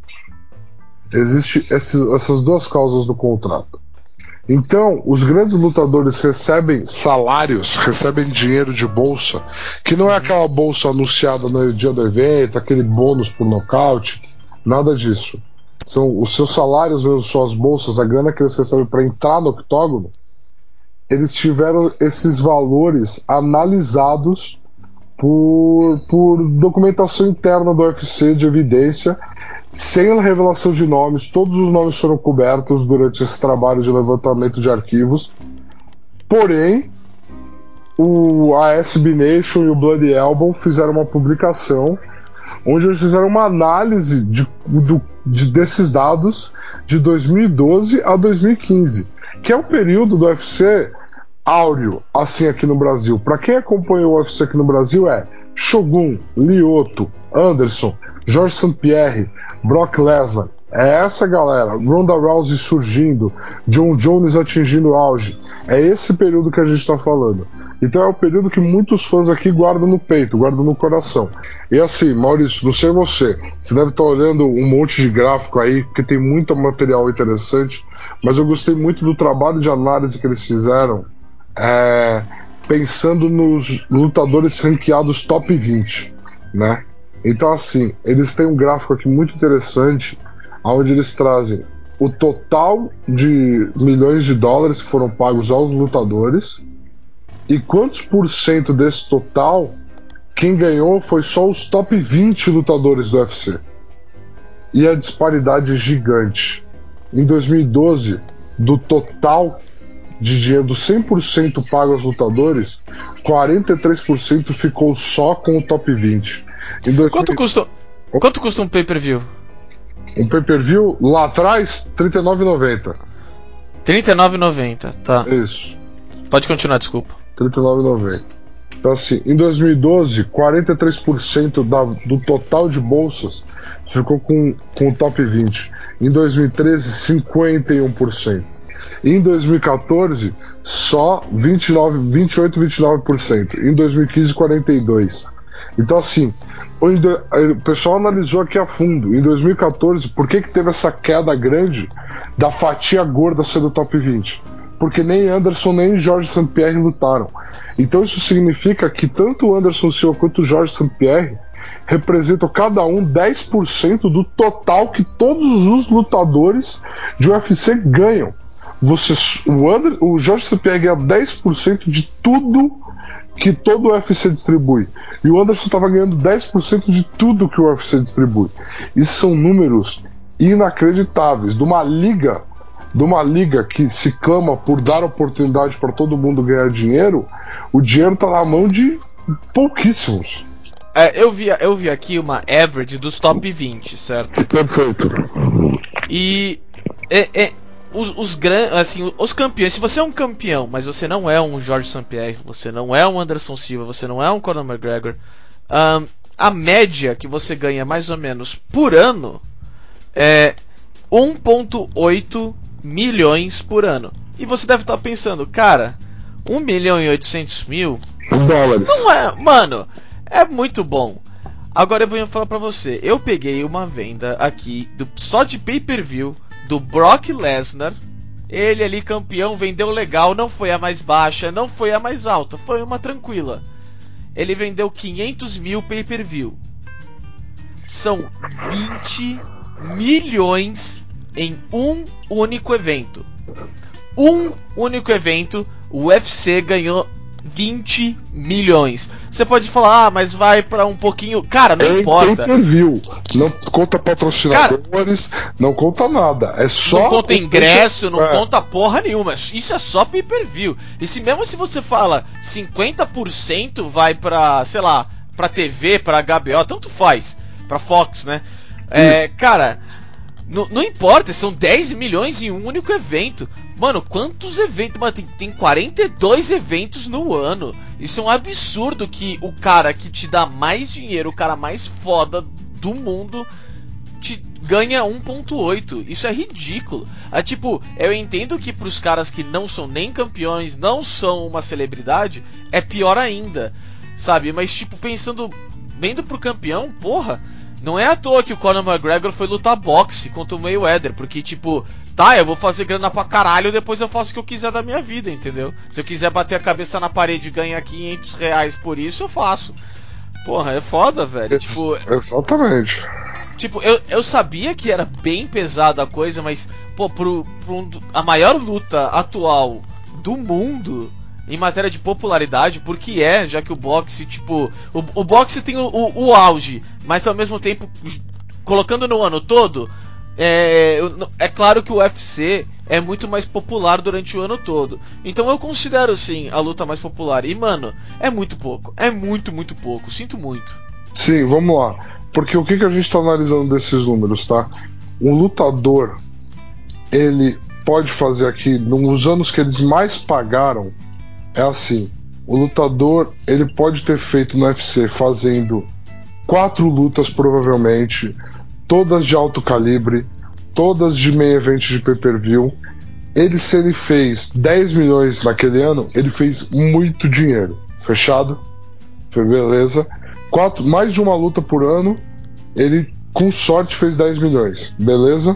Existem essas 2 cláusulas do contrato. Então, os grandes lutadores recebem salários, recebem dinheiro de bolsa, que não é aquela bolsa anunciada no dia do evento, aquele bônus por nocaute, nada disso. São os seus salários, suas bolsas, a grana que eles recebem para entrar no octógono, eles tiveram esses valores analisados por documentação interna do UFC de evidência, sem revelação de nomes. Todos os nomes foram cobertos durante esse trabalho de levantamento de arquivos. Porém, a SB Nation e o Bloody Elbow fizeram uma publicação onde eles fizeram uma análise desses dados de 2012 a 2015, que é o período do UFC áureo, assim, aqui no Brasil. Para quem acompanha o UFC aqui no Brasil, é Shogun, Lyoto, Anderson, Jorge St. Pierre, Brock Lesnar. É essa galera, Ronda Rousey surgindo, John Jones atingindo o auge. É esse período que a gente está falando. Então é o período que muitos fãs aqui guardam no peito, guardam no coração. E assim, Maurício, não sei você deve estar olhando um monte de gráfico aí, porque tem muito material interessante, mas eu gostei muito do trabalho de análise que eles fizeram, pensando nos lutadores ranqueados top 20, né? Então assim, eles têm um gráfico aqui muito interessante, onde eles trazem o total de milhões de dólares que foram pagos aos lutadores e quantos por cento desse total quem ganhou foi só os top 20 lutadores do UFC. E a disparidade é gigante. Em 2012, do total de dinheiro, do 100% pago aos lutadores, 43% ficou só com o top 20. Quanto custa um pay-per-view? Um pay-per-view lá atrás, R$39,90. R$39,90, tá. Isso. Pode continuar, desculpa. R$39,90. Então assim, em 2012, 43% do total de bolsas ficou com o top 20. Em 2013, 51%. Em 2014, só 28, 29%. Em 2015, 42%. Então assim, o pessoal analisou aqui a fundo. Em 2014, por que teve essa queda grande da fatia gorda ser do top 20? Porque nem Anderson nem Jorge St. Pierre lutaram. Então isso significa que tanto o Anderson Silva quanto o Jorge St. Pierre representam cada um 10% do total que todos os lutadores de UFC ganham. O Jorge St. Pierre ganha 10% de tudo que todo o UFC distribui. E o Anderson estava ganhando 10% de tudo que o UFC distribui. Isso são números inacreditáveis. De uma liga que se clama por dar oportunidade para todo mundo ganhar dinheiro, o dinheiro está na mão de pouquíssimos. Eu vi aqui uma average dos top 20, certo? Perfeito. E os campeões, se você é um campeão, mas você não é um Jorge St. Pierre, você não é um Anderson Silva, você não é um Conor McGregor, a média que você ganha mais ou menos por ano é 1,8 milhões por ano. E você deve estar pensando, cara, 1.800.000 dólares. não é, mano, é muito bom. Agora eu vou falar pra você, eu peguei uma venda aqui só de pay-per-view do Brock Lesnar. Ele ali campeão, vendeu legal, não foi a mais baixa, não foi a mais alta, foi uma tranquila. Ele vendeu 500 mil pay-per-view. São 20 milhões em um único evento. Um único evento, o UFC ganhou 20 milhões. Você pode falar, mas vai pra um pouquinho. Cara, não importa. Pay-per-view. Não conta patrocinadores, não conta nada. É só. Não conta ingresso, não conta porra nenhuma. Isso é só pay-per-view. E mesmo se você fala 50% vai pra, sei lá, pra TV, pra HBO, tanto faz. Pra Fox, né? Cara, não importa, são 10 milhões em um único evento. Mano, quantos eventos? Mano, tem 42 eventos no ano. Isso é um absurdo que o cara que te dá mais dinheiro, o cara mais foda do mundo, te ganha 1,8. Isso é ridículo. Tipo, eu entendo que pros caras que não são nem campeões, não são uma celebridade, é pior ainda, sabe? Mas, tipo, vendo pro campeão, porra, não é à toa que o Conor McGregor foi lutar boxe contra o Mayweather, porque, tipo, eu vou fazer grana pra caralho, depois eu faço o que eu quiser da minha vida, entendeu? Se eu quiser bater a cabeça na parede e ganhar R$500 por isso, eu faço. Porra, é foda, velho. Tipo, exatamente. Tipo, eu sabia que era bem pesada a coisa, mas, pô, a maior luta atual do mundo em matéria de popularidade, porque já que o boxe, tipo, o boxe tem o auge, mas ao mesmo tempo, colocando no ano todo, é claro que o UFC é muito mais popular durante o ano todo. Então eu considero sim a luta mais popular. E mano, é muito pouco. É muito, muito pouco. Sinto muito. Sim, vamos lá. Porque o que a gente tá analisando desses números, tá? Um lutador, ele pode fazer aqui, nos anos que eles mais pagaram, é assim. O lutador, ele pode ter feito no UFC fazendo 4 lutas, provavelmente, todas de alto calibre, todas de main event de pay-per-view. Se ele fez 10 milhões naquele ano, ele fez muito dinheiro. Fechado? Foi beleza. Mais de uma luta por ano, ele com sorte fez 10 milhões. Beleza?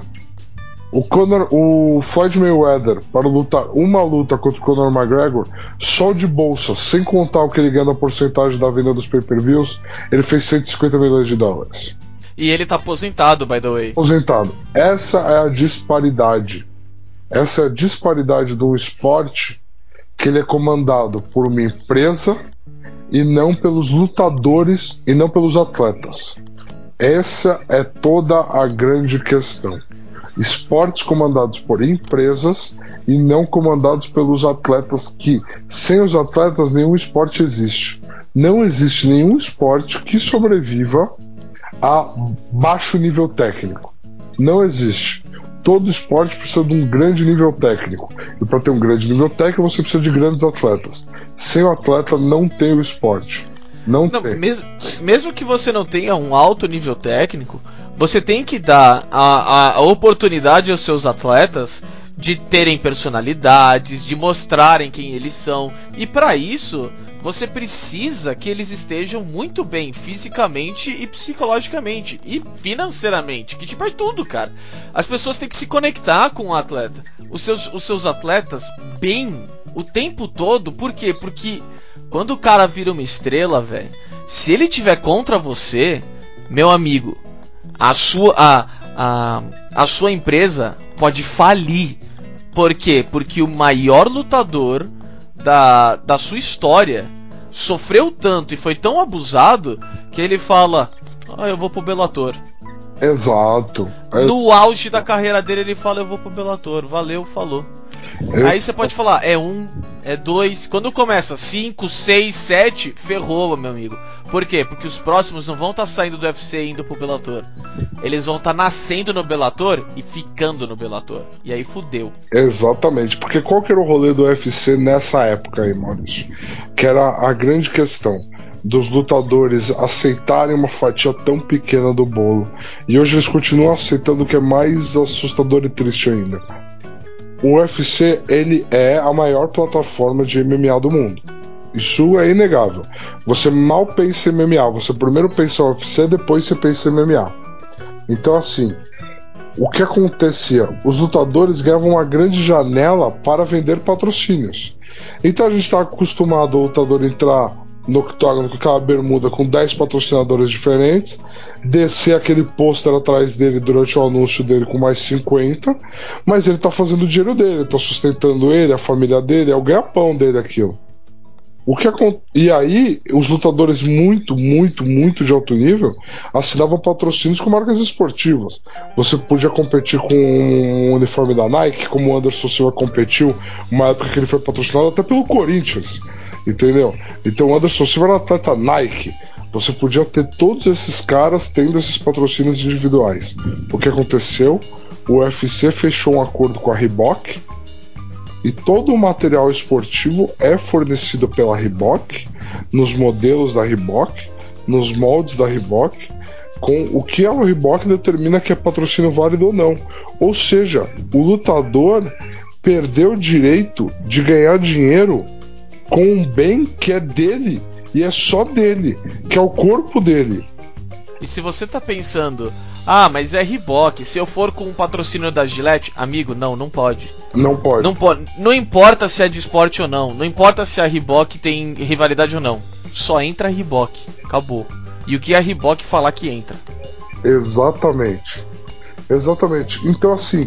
O Floyd Mayweather, para lutar uma luta contra o Conor McGregor, só de bolsa, sem contar o que ele ganha na porcentagem da venda dos pay-per-views, ele fez 150 milhões de dólares. E ele tá aposentado, by the way. Aposentado. Essa é a disparidade. Essa é a disparidade do esporte, que ele é comandado por uma empresa e não pelos lutadores e não pelos atletas. Essa é toda a grande questão. Esportes comandados por empresas e não comandados pelos atletas, que sem os atletas nenhum esporte existe. Não existe nenhum esporte que sobreviva a baixo nível técnico. Não existe. Todo esporte precisa de um grande nível técnico. E para ter um grande nível técnico, você precisa de grandes atletas. Sem o atleta, não tem o esporte. Não tem. Mesmo que você não tenha um alto nível técnico, você tem que dar a oportunidade aos seus atletas de terem personalidades, de mostrarem quem eles são. E para isso, você precisa que eles estejam muito bem fisicamente e psicologicamente e financeiramente, que tipo é tudo, cara. As pessoas têm que se conectar com o atleta. Os seus atletas bem o tempo todo. Por quê? Porque quando o cara vira uma estrela, velho, se ele tiver contra você, meu amigo, a sua empresa pode falir. Por quê? Porque o maior lutador da sua história sofreu tanto e foi tão abusado que ele fala: eu vou pro Bellator. Exato. No auge da carreira dele, ele fala: eu vou pro Bellator. Valeu, falou. Aí você pode falar, é 1, é 2. Quando começa 5, 6, 7, ferrou, meu amigo. Por quê? Porque os próximos não vão estar saindo do UFC e indo pro Bellator. Eles vão estar nascendo no Bellator e ficando no Bellator. E aí fudeu. Exatamente. Porque qual que era o rolê do UFC nessa época aí, Maurício? Que era a grande questão dos lutadores aceitarem uma fatia tão pequena do bolo. E hoje eles continuam aceitando, o que é mais assustador e triste ainda. O UFC, ele é a maior plataforma de MMA do mundo. Isso é inegável. Você mal pensa em MMA. Você primeiro pensa em UFC, depois você pensa em MMA. Então, assim, o que acontecia? Os lutadores ganhavam uma grande janela para vender patrocínios. Então a gente está acostumado ao lutador entrar no octógono com aquela bermuda com 10 patrocinadores diferentes, descer aquele pôster atrás dele durante o anúncio dele com mais 50, mas ele tá fazendo o dinheiro dele, tá sustentando ele, a família dele, é o ganha-pão dele aquilo. E aí, os lutadores muito de alto nível assinavam patrocínios com marcas esportivas. Você podia competir com um uniforme da Nike, como o Anderson Silva competiu, uma época que ele foi patrocinado até pelo Corinthians, entendeu? Então o Anderson Silva era atleta Nike. Você podia ter todos esses caras tendo esses patrocínios individuais. O que aconteceu? O UFC fechou um acordo com a Reebok, e todo o material esportivo é fornecido pela Reebok, nos modelos da Reebok, nos moldes da Reebok, com o que a Reebok determina que é patrocínio válido ou não. Ou seja, o lutador perdeu o direito de ganhar dinheiro com um bem que é dele, e é só dele, que é o corpo dele. E se você tá pensando, mas é Reebok, se eu for com um patrocínio da Gillette, amigo, não pode. Não pode. Não importa se é de esporte ou não, não importa se a Reebok tem rivalidade ou não, só entra a Reebok, acabou. E o que a Reebok falar que entra. Exatamente. Então, assim,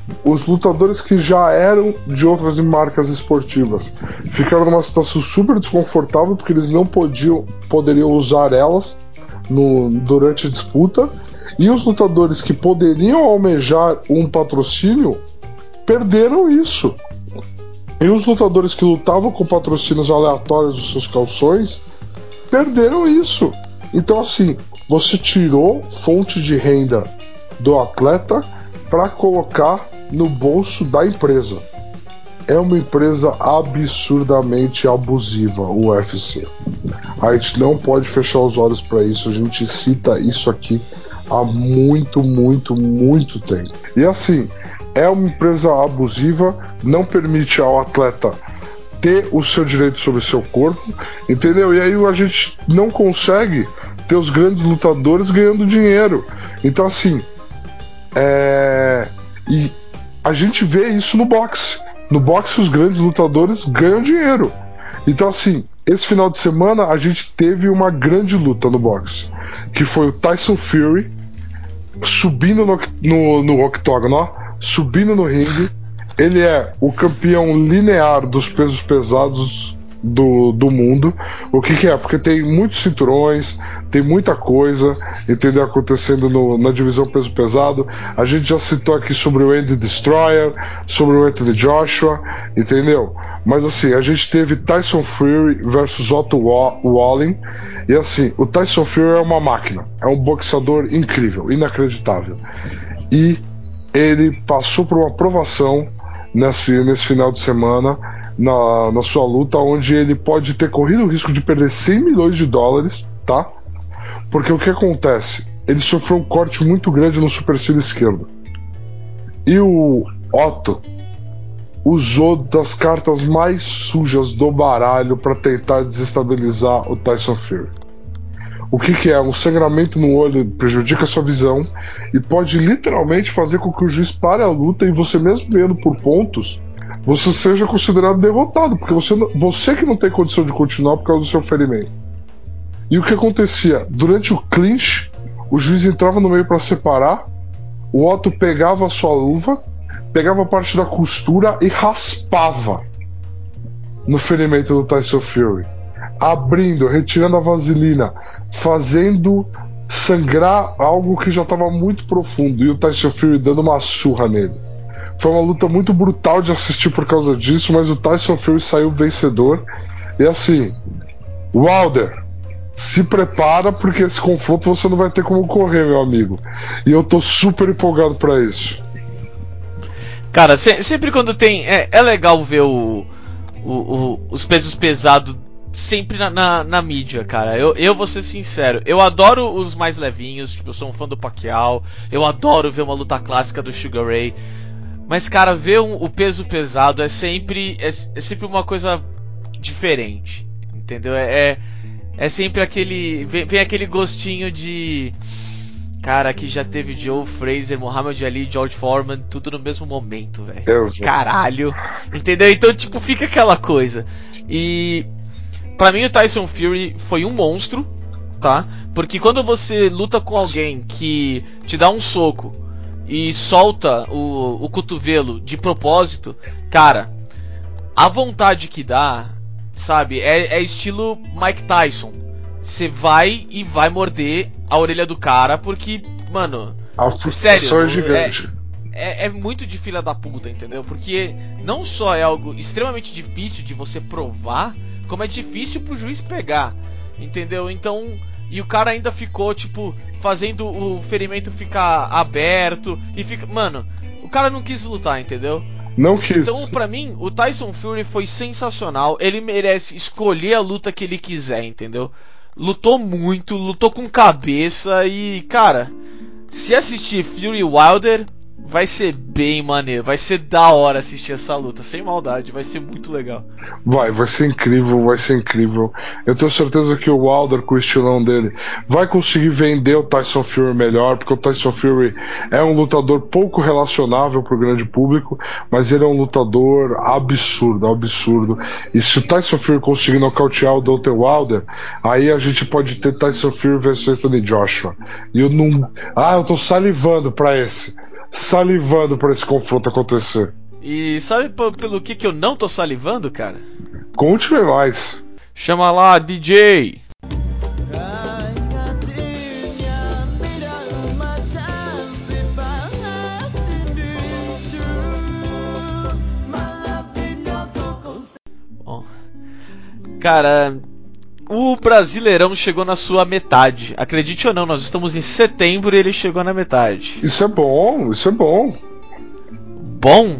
os lutadores que já eram de outras marcas esportivas ficaram numa situação super desconfortável porque eles não poderiam usar elas durante a disputa, e os lutadores que poderiam almejar um patrocínio perderam isso. E os lutadores que lutavam com patrocínios aleatórios dos seus calções perderam isso. Então, assim, você tirou fonte de renda do atleta para colocar no bolso da empresa. É uma empresa absurdamente abusiva, o UFC. A gente não pode fechar os olhos para isso. A gente cita isso aqui há muito tempo. E assim, é uma empresa abusiva, não permite ao atleta ter o seu direito sobre o seu corpo, entendeu? E aí a gente não consegue ter os grandes lutadores ganhando dinheiro. Então assim, e a gente vê isso no boxe. No boxe os grandes lutadores ganham dinheiro. Então assim, esse final de semana a gente teve uma grande luta no boxe, que foi o Tyson Fury subindo no octógono, ó, subindo no ringue. Ele é o campeão linear dos pesos pesados do mundo. O que é? Porque tem muitos cinturões, tem muita coisa, entendeu, acontecendo na divisão peso pesado. A gente já citou aqui sobre o Andy Destroyer, sobre o Anthony Joshua, entendeu? Mas assim, a gente teve Tyson Fury versus Otto Wallin. E assim, o Tyson Fury é uma máquina, é um boxeador incrível, inacreditável. E ele passou por uma provação nesse final de semana na sua luta, onde ele pode ter corrido o risco de perder 100 milhões de dólares, tá? Porque o que acontece? Ele sofreu um corte muito grande no supercílio esquerdo. E o Otto usou das cartas mais sujas do baralho para tentar desestabilizar o Tyson Fury. O que é? Um sangramento no olho prejudica a sua visão e pode literalmente fazer com que o juiz pare a luta, e você, mesmo ganhando por pontos, você seja considerado derrotado, porque você que não tem condição de continuar por causa do seu ferimento. E o que acontecia? Durante o clinch, o juiz entrava no meio para separar, o Otto pegava a sua luva, pegava parte da costura e raspava no ferimento do Tyson Fury, abrindo, retirando a vaselina, fazendo sangrar algo que já estava muito profundo, e o Tyson Fury dando uma surra nele. Foi uma luta muito brutal de assistir por causa disso, mas o Tyson Fury saiu vencedor. E assim, Wilder, se prepara, porque esse confronto você não vai ter como correr, meu amigo. E eu tô super empolgado pra isso. Cara, sempre quando tem... É legal ver os pesos pesados sempre na mídia, cara. Eu vou ser sincero, eu adoro os mais levinhos, tipo, eu sou um fã do Pacquiao, eu adoro ver uma luta clássica do Sugar Ray, mas, cara, ver o peso pesado é sempre uma coisa diferente, entendeu? É sempre aquele... Vem aquele gostinho de... Cara, que já teve Joe Frazier, Muhammad Ali, George Foreman, tudo no mesmo momento, velho. Caralho. Entendeu? Então, tipo, fica aquela coisa. E... pra mim o Tyson Fury foi um monstro, tá? Porque quando você luta com alguém que te dá um soco e solta o cotovelo de propósito, cara, a vontade que dá, sabe, é estilo Mike Tyson. Você vai e vai morder a orelha do cara porque, mano, a frustração é gigante. É muito de filha da puta, entendeu? Porque não só é algo extremamente difícil de você provar, como é difícil pro juiz pegar, entendeu? Então, e o cara ainda ficou, tipo, fazendo o ferimento ficar aberto e fica... Mano, o cara não quis lutar, entendeu? Não quis. Então, pra mim, o Tyson Fury foi sensacional. Ele merece escolher a luta que ele quiser, entendeu? Lutou muito, lutou com cabeça e, cara, se assistir Fury Wilder, vai ser bem maneiro, vai ser da hora assistir essa luta, sem maldade, vai ser muito legal. Vai ser incrível, vai ser incrível. Eu tenho certeza que o Wilder, com o estilão dele, vai conseguir vender o Tyson Fury melhor, porque o Tyson Fury é um lutador pouco relacionável pro grande público, mas ele é um lutador absurdo. E se o Tyson Fury conseguir nocautear o Deontay Wilder, aí a gente pode ter Tyson Fury versus Anthony Joshua. E eu tô salivando pra esse. salivando pra esse confronto acontecer. E sabe pelo que eu não tô salivando, cara? Conte-me mais. Chama lá, DJ! Cara, o Brasileirão chegou na sua metade. Acredite ou não, nós estamos em setembro e ele chegou na metade. Isso é bom, isso é bom. Bom?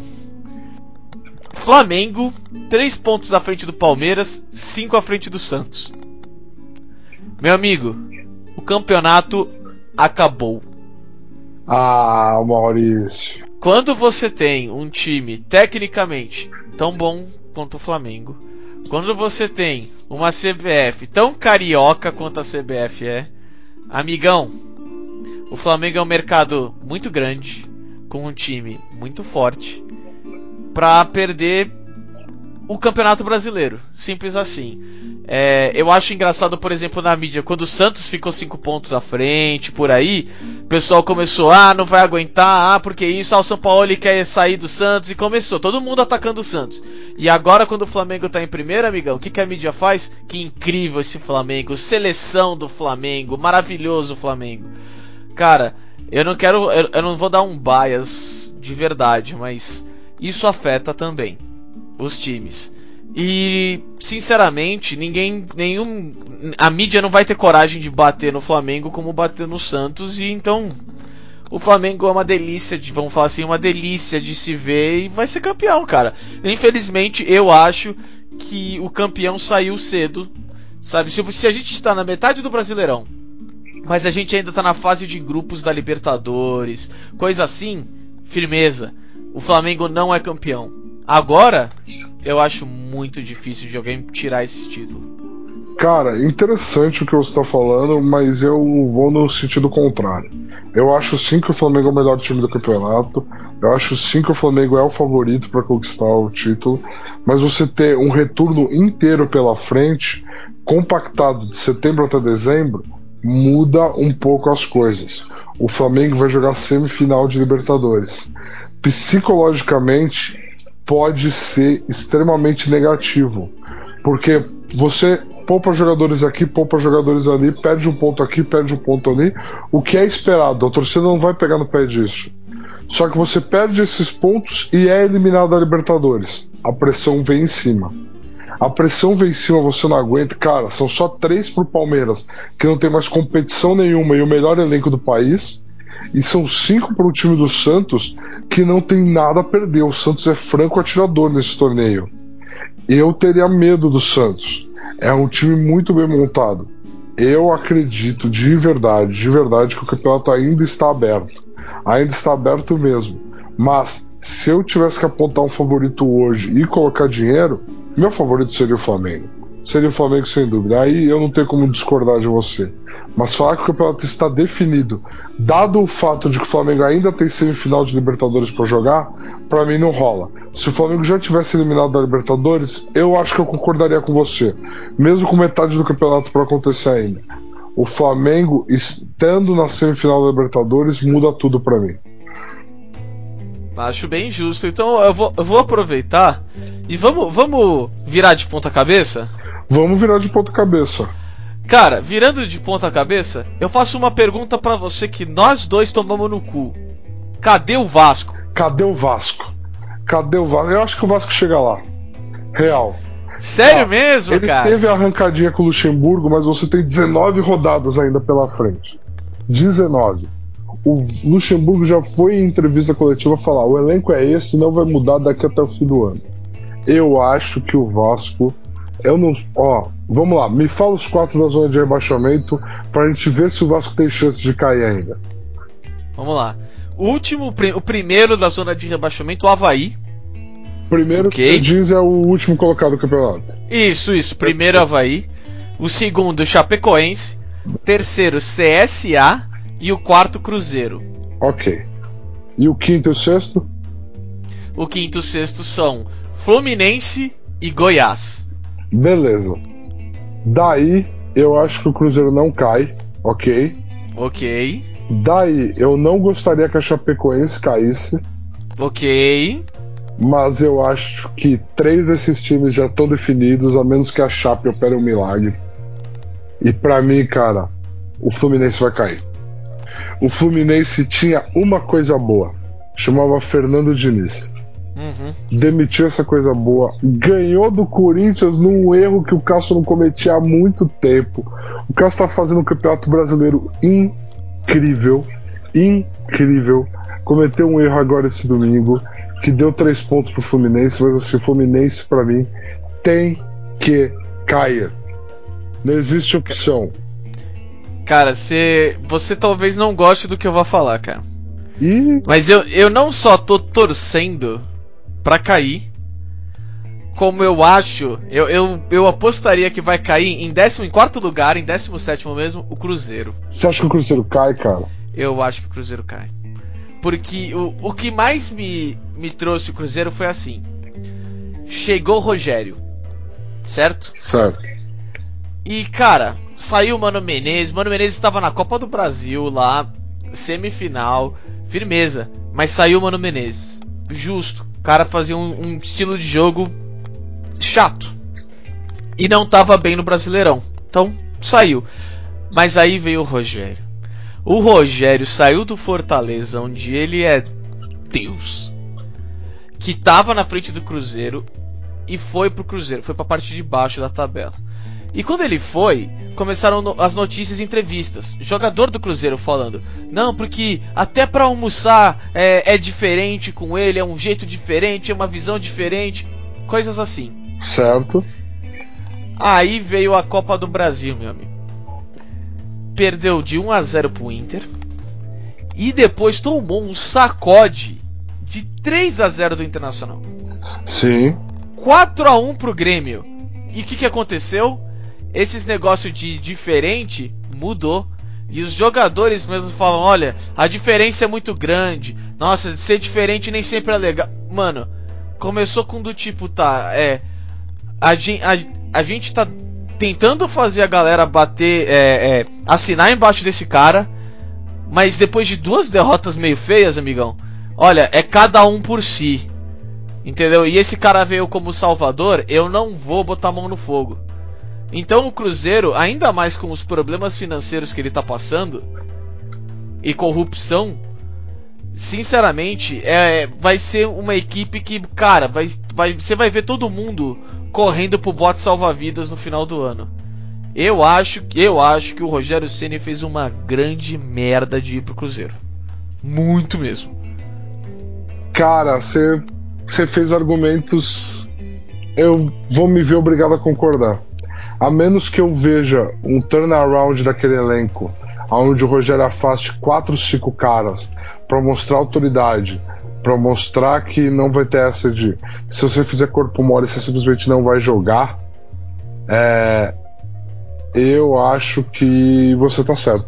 Flamengo, 3 pontos à frente do Palmeiras, 5 à frente do Santos. Meu amigo, o campeonato acabou. Ah, Maurício. Quando você tem um time tecnicamente tão bom quanto o Flamengo, quando você tem uma CBF tão carioca quanto a CBF é, amigão, o Flamengo é um mercado muito grande, com um time muito forte, pra perder o Campeonato Brasileiro. Simples assim. Eu acho engraçado, por exemplo, na mídia, quando o Santos ficou 5 pontos à frente, por aí, o pessoal começou, não vai aguentar, porque isso, o São Paulo quer sair do Santos, e começou, todo mundo atacando o Santos. E agora, quando o Flamengo tá em primeiro, amigão, o que a mídia faz? Que incrível esse Flamengo, seleção do Flamengo, maravilhoso o Flamengo. Cara, eu não vou dar um bias de verdade, mas isso afeta também os times. E, sinceramente, a mídia não vai ter coragem de bater no Flamengo como bater no Santos, e então o Flamengo é uma delícia vamos falar assim, uma delícia de se ver e vai ser campeão, cara. Infelizmente, eu acho que o campeão saiu cedo, sabe? Se a gente está na metade do Brasileirão, mas a gente ainda tá na fase de grupos da Libertadores, coisa assim, firmeza. O Flamengo não é campeão. Agora, eu acho muito difícil de alguém tirar esse título. Cara, interessante o que você está falando, mas eu vou no sentido contrário. Eu acho sim que o Flamengo é o melhor time do campeonato. Eu acho sim que o Flamengo é o favorito para conquistar o título. Mas você ter um retorno inteiro pela frente, compactado de setembro até dezembro, muda um pouco as coisas. O Flamengo vai jogar semifinal de Libertadores. Psicologicamente, pode ser extremamente negativo, porque você poupa jogadores aqui, poupa jogadores ali, perde um ponto aqui, perde um ponto ali, o que é esperado, a torcida não vai pegar no pé disso. Só que você perde esses pontos e é eliminado da Libertadores. A pressão vem em cima. A pressão vem em cima, você não aguenta. Cara, são só 3 pro Palmeiras, que não tem mais competição nenhuma e o melhor elenco do país. E são 5 para o time do Santos, que não tem nada a perder. O Santos é franco atirador nesse torneio. Eu teria medo do Santos. É um time muito bem montado. Eu acredito de verdade, que o campeonato ainda está aberto. Ainda está aberto mesmo. Mas se eu tivesse que apontar um favorito hoje e colocar dinheiro, meu favorito seria o Flamengo. Seria o Flamengo sem dúvida. Aí eu não tenho como discordar de você. Mas falar que o campeonato está definido, dado o fato de que o Flamengo ainda tem semifinal de Libertadores para jogar, para mim não rola. Se o Flamengo já tivesse eliminado da Libertadores, eu acho que eu concordaria com você, mesmo com metade do campeonato para acontecer ainda. O Flamengo estando na semifinal da Libertadores muda tudo para mim. Acho bem justo. Então eu vou aproveitar e vamos virar de ponta cabeça? Vamos virar de ponta cabeça. Cara, virando de ponta cabeça, eu faço uma pergunta pra você que nós dois tomamos no cu. Cadê o Vasco? Cadê o Vasco? Cadê o Vasco? Eu acho que o Vasco chega lá. Real. Sério mesmo, ele cara? Ele teve a arrancadinha com o Luxemburgo, mas você tem 19 rodadas ainda pela frente. 19. O Luxemburgo já foi em entrevista coletiva falar: o elenco é esse, não vai mudar daqui até o fim do ano. Eu acho que o Vasco... vamos lá, me fala os 4 da zona de rebaixamento pra gente ver se o Vasco tem chance de cair ainda. Vamos lá. O primeiro da zona de rebaixamento, o Avaí. Primeiro que diz é o último colocado do campeonato. Isso. Primeiro Avaí. O segundo, Chapecoense. Terceiro, CSA. E o quarto, Cruzeiro. Ok. E o quinto e o sexto? O quinto e o sexto são Fluminense e Goiás. Beleza. Daí, eu acho que o Cruzeiro não cai. Ok. Daí, eu não gostaria que a Chapecoense caísse, Ok. mas eu acho que 3 desses times já estão definidos, a menos que a Chape opere um milagre. E pra mim, cara, o Fluminense vai cair. O Fluminense tinha uma coisa boa, chamava Fernando Diniz. Demitiu essa coisa boa, ganhou do Corinthians num erro que o Cássio não cometia há muito tempo. O Cássio tá fazendo um campeonato brasileiro incrível, cometeu um erro agora esse domingo que deu 3 pontos pro Fluminense, mas assim, o Fluminense pra mim tem que cair, não existe opção. Cara, você talvez não goste do que eu vou falar, cara. E Mas eu não só tô torcendo pra cair, como eu acho, eu apostaria que vai cair em 14º lugar, em 17º mesmo, o Cruzeiro. você acha que o Cruzeiro cai, cara? Eu acho que o Cruzeiro cai. Porque o que mais me trouxe o Cruzeiro foi assim. Chegou o Rogério, certo? Certo. E, cara, saiu o Mano Menezes. Mano Menezes estava na Copa do Brasil lá, semifinal, firmeza. Mas saiu o Mano Menezes. Justo. O cara fazia um estilo de jogo chato. E não tava bem no Brasileirão. Então, saiu. Mas aí veio o Rogério. O Rogério saiu do Fortaleza, onde ele é Deus, que tava na frente do Cruzeiro, e foi pro Cruzeiro, foi pra parte de baixo da tabela. E quando ele foi, começaram as notícias e entrevistas. Jogador do Cruzeiro falando: não, porque até pra almoçar é diferente com ele, é um jeito diferente, é uma visão diferente, coisas assim. Certo. Aí veio a Copa do Brasil, meu amigo. Perdeu de 1-0 pro Inter. E depois tomou um sacode de 3-0 do Internacional. Sim. 4-1 pro Grêmio. E o que aconteceu? Esses negócios de diferente mudou. E os jogadores mesmo falam: olha, a diferença é muito grande. Nossa, ser diferente nem sempre é legal. Mano, começou com do tipo, tá, a gente tá tentando fazer a galera bater, assinar embaixo desse cara, mas depois de 2 derrotas meio feias, amigão, olha, é cada um por si, entendeu? E esse cara veio como salvador, eu não vou botar a mão no fogo. Então o Cruzeiro, ainda mais com os problemas financeiros que ele tá passando e corrupção, sinceramente, vai ser uma equipe que, cara, você vai ver todo mundo correndo pro bote salva-vidas no final do ano. Eu acho que o Rogério Ceni fez uma grande merda de ir pro Cruzeiro. Muito mesmo. Cara, você fez argumentos. Eu vou me ver obrigado a concordar. A menos que eu veja um turnaround daquele elenco, onde o Rogério afaste 4, 5 caras pra mostrar autoridade, pra mostrar que não vai ter essa de se você fizer corpo mole você simplesmente não vai jogar. Eu acho que você tá certo.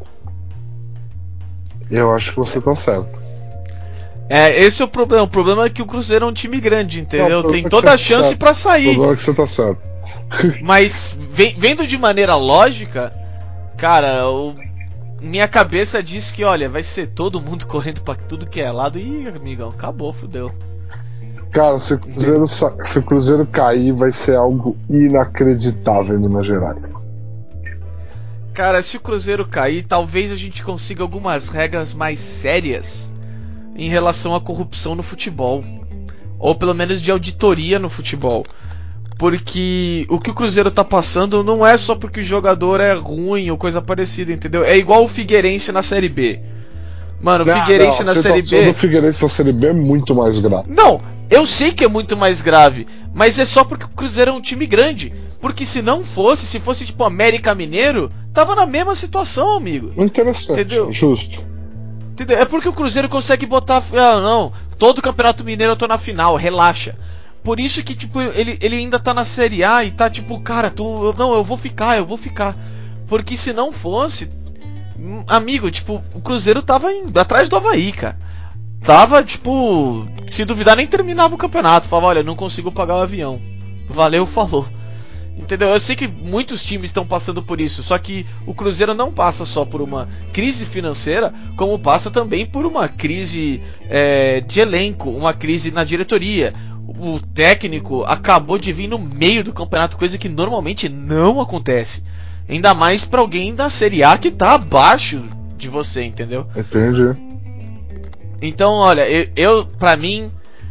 Esse é o problema. O problema é que o Cruzeiro é um time grande, entendeu? Não, tem toda a chance certo. pra O sair. problema é que você tá certo. Mas vendo de maneira lógica, cara, minha cabeça diz que, olha, vai ser todo mundo correndo pra tudo que é lado. Ih, amigão, acabou, fudeu. Cara, se o Cruzeiro cair, vai ser algo inacreditável em Minas Gerais. Cara, se o Cruzeiro cair, talvez a gente consiga algumas regras mais sérias em relação à corrupção no futebol. Ou pelo menos de auditoria no futebol. Porque o que o Cruzeiro tá passando não é só porque o jogador é ruim ou coisa parecida, entendeu? É igual o Figueirense na Série B. Mano, o Figueirense na Série B... O Figueirense na Série B é muito mais grave. Não, eu sei que é muito mais grave, mas é só porque o Cruzeiro é um time grande. Porque se não fosse, se fosse tipo América Mineiro, tava na mesma situação, amigo. Interessante, entendeu? Justo. Entendeu? É porque o Cruzeiro consegue botar... Ah, não, todo Campeonato Mineiro eu tô na final, relaxa. Por isso que, tipo, ele ainda tá na Série A e tá tipo, cara, eu vou ficar. Porque se não fosse, amigo, tipo, o Cruzeiro tava atrás do Avaí, cara. Tava, tipo, se duvidar nem terminava o campeonato. Falava, olha, não consigo pagar o avião. Valeu, falou. Entendeu? Eu sei que muitos times estão passando por isso, só que o Cruzeiro não passa só por uma crise financeira, como passa também por uma crise de elenco, uma crise na diretoria. O técnico acabou de vir no meio do campeonato, coisa que normalmente não acontece. Ainda mais pra alguém da Série A que tá abaixo de você, entendeu? Entendi. Então, olha, pra mim,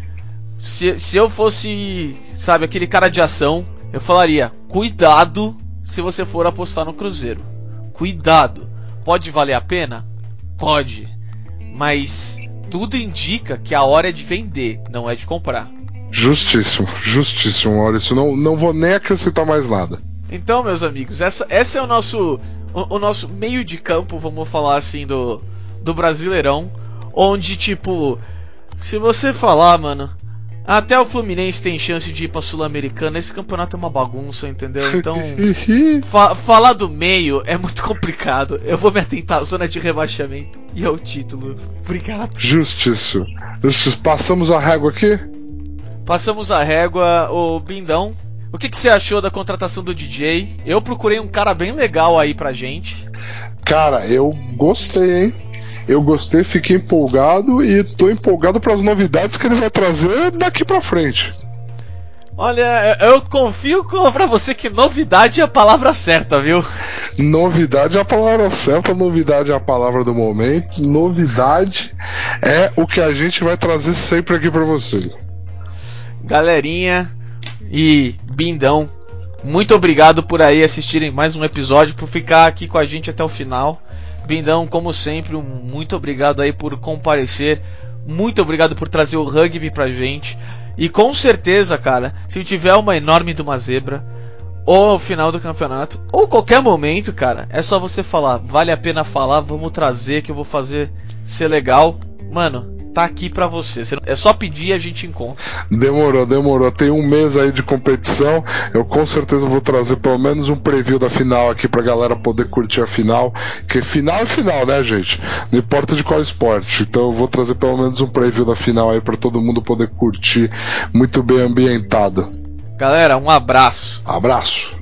se eu fosse, sabe, aquele cara de ação, eu falaria, cuidado se você for apostar no Cruzeiro. Cuidado. Pode valer a pena? Pode. Mas tudo indica que a hora é de vender, não é de comprar. Justíssimo, Maurício. Não vou nem acrescentar mais nada. Então, meus amigos, esse é o nosso meio de campo, vamos falar assim, do Brasileirão. Onde, tipo, se você falar, mano, até o Fluminense tem chance de ir pra Sul-Americana, esse campeonato é uma bagunça, entendeu? Então, falar do meio é muito complicado. Eu vou me atentar à zona de rebaixamento e ao título. Obrigado. Justiça. Passamos a régua aqui? Passamos a régua, ô Bindão. O que você achou da contratação do DJ? Eu procurei um cara bem legal aí pra gente. Cara, eu gostei, hein? Eu gostei, fiquei empolgado e tô empolgado para as novidades que ele vai trazer daqui pra frente. Olha, eu confio pra você que novidade é a palavra certa, viu? Novidade é a palavra certa, novidade é a palavra do momento, novidade é o que a gente vai trazer sempre aqui pra vocês. Galerinha e Bindão, muito obrigado por aí assistirem mais um episódio, por ficar aqui com a gente até o final. Bindão, como sempre, muito obrigado aí por comparecer. Muito obrigado por trazer o rugby pra gente. E com certeza, cara, se tiver uma enorme de uma zebra, ou ao final do campeonato, ou qualquer momento, cara, é só você falar. Vale a pena falar, vamos trazer que eu vou fazer ser legal. Mano, tá aqui pra você. É só pedir e a gente encontra. Demorou. Tem um mês aí de competição. Eu com certeza vou trazer pelo menos um preview da final aqui pra galera poder curtir a final. Que final é final, né, gente? Não importa de qual esporte. Então eu vou trazer pelo menos um preview da final aí pra todo mundo poder curtir muito bem ambientado. Galera, um abraço. Abraço.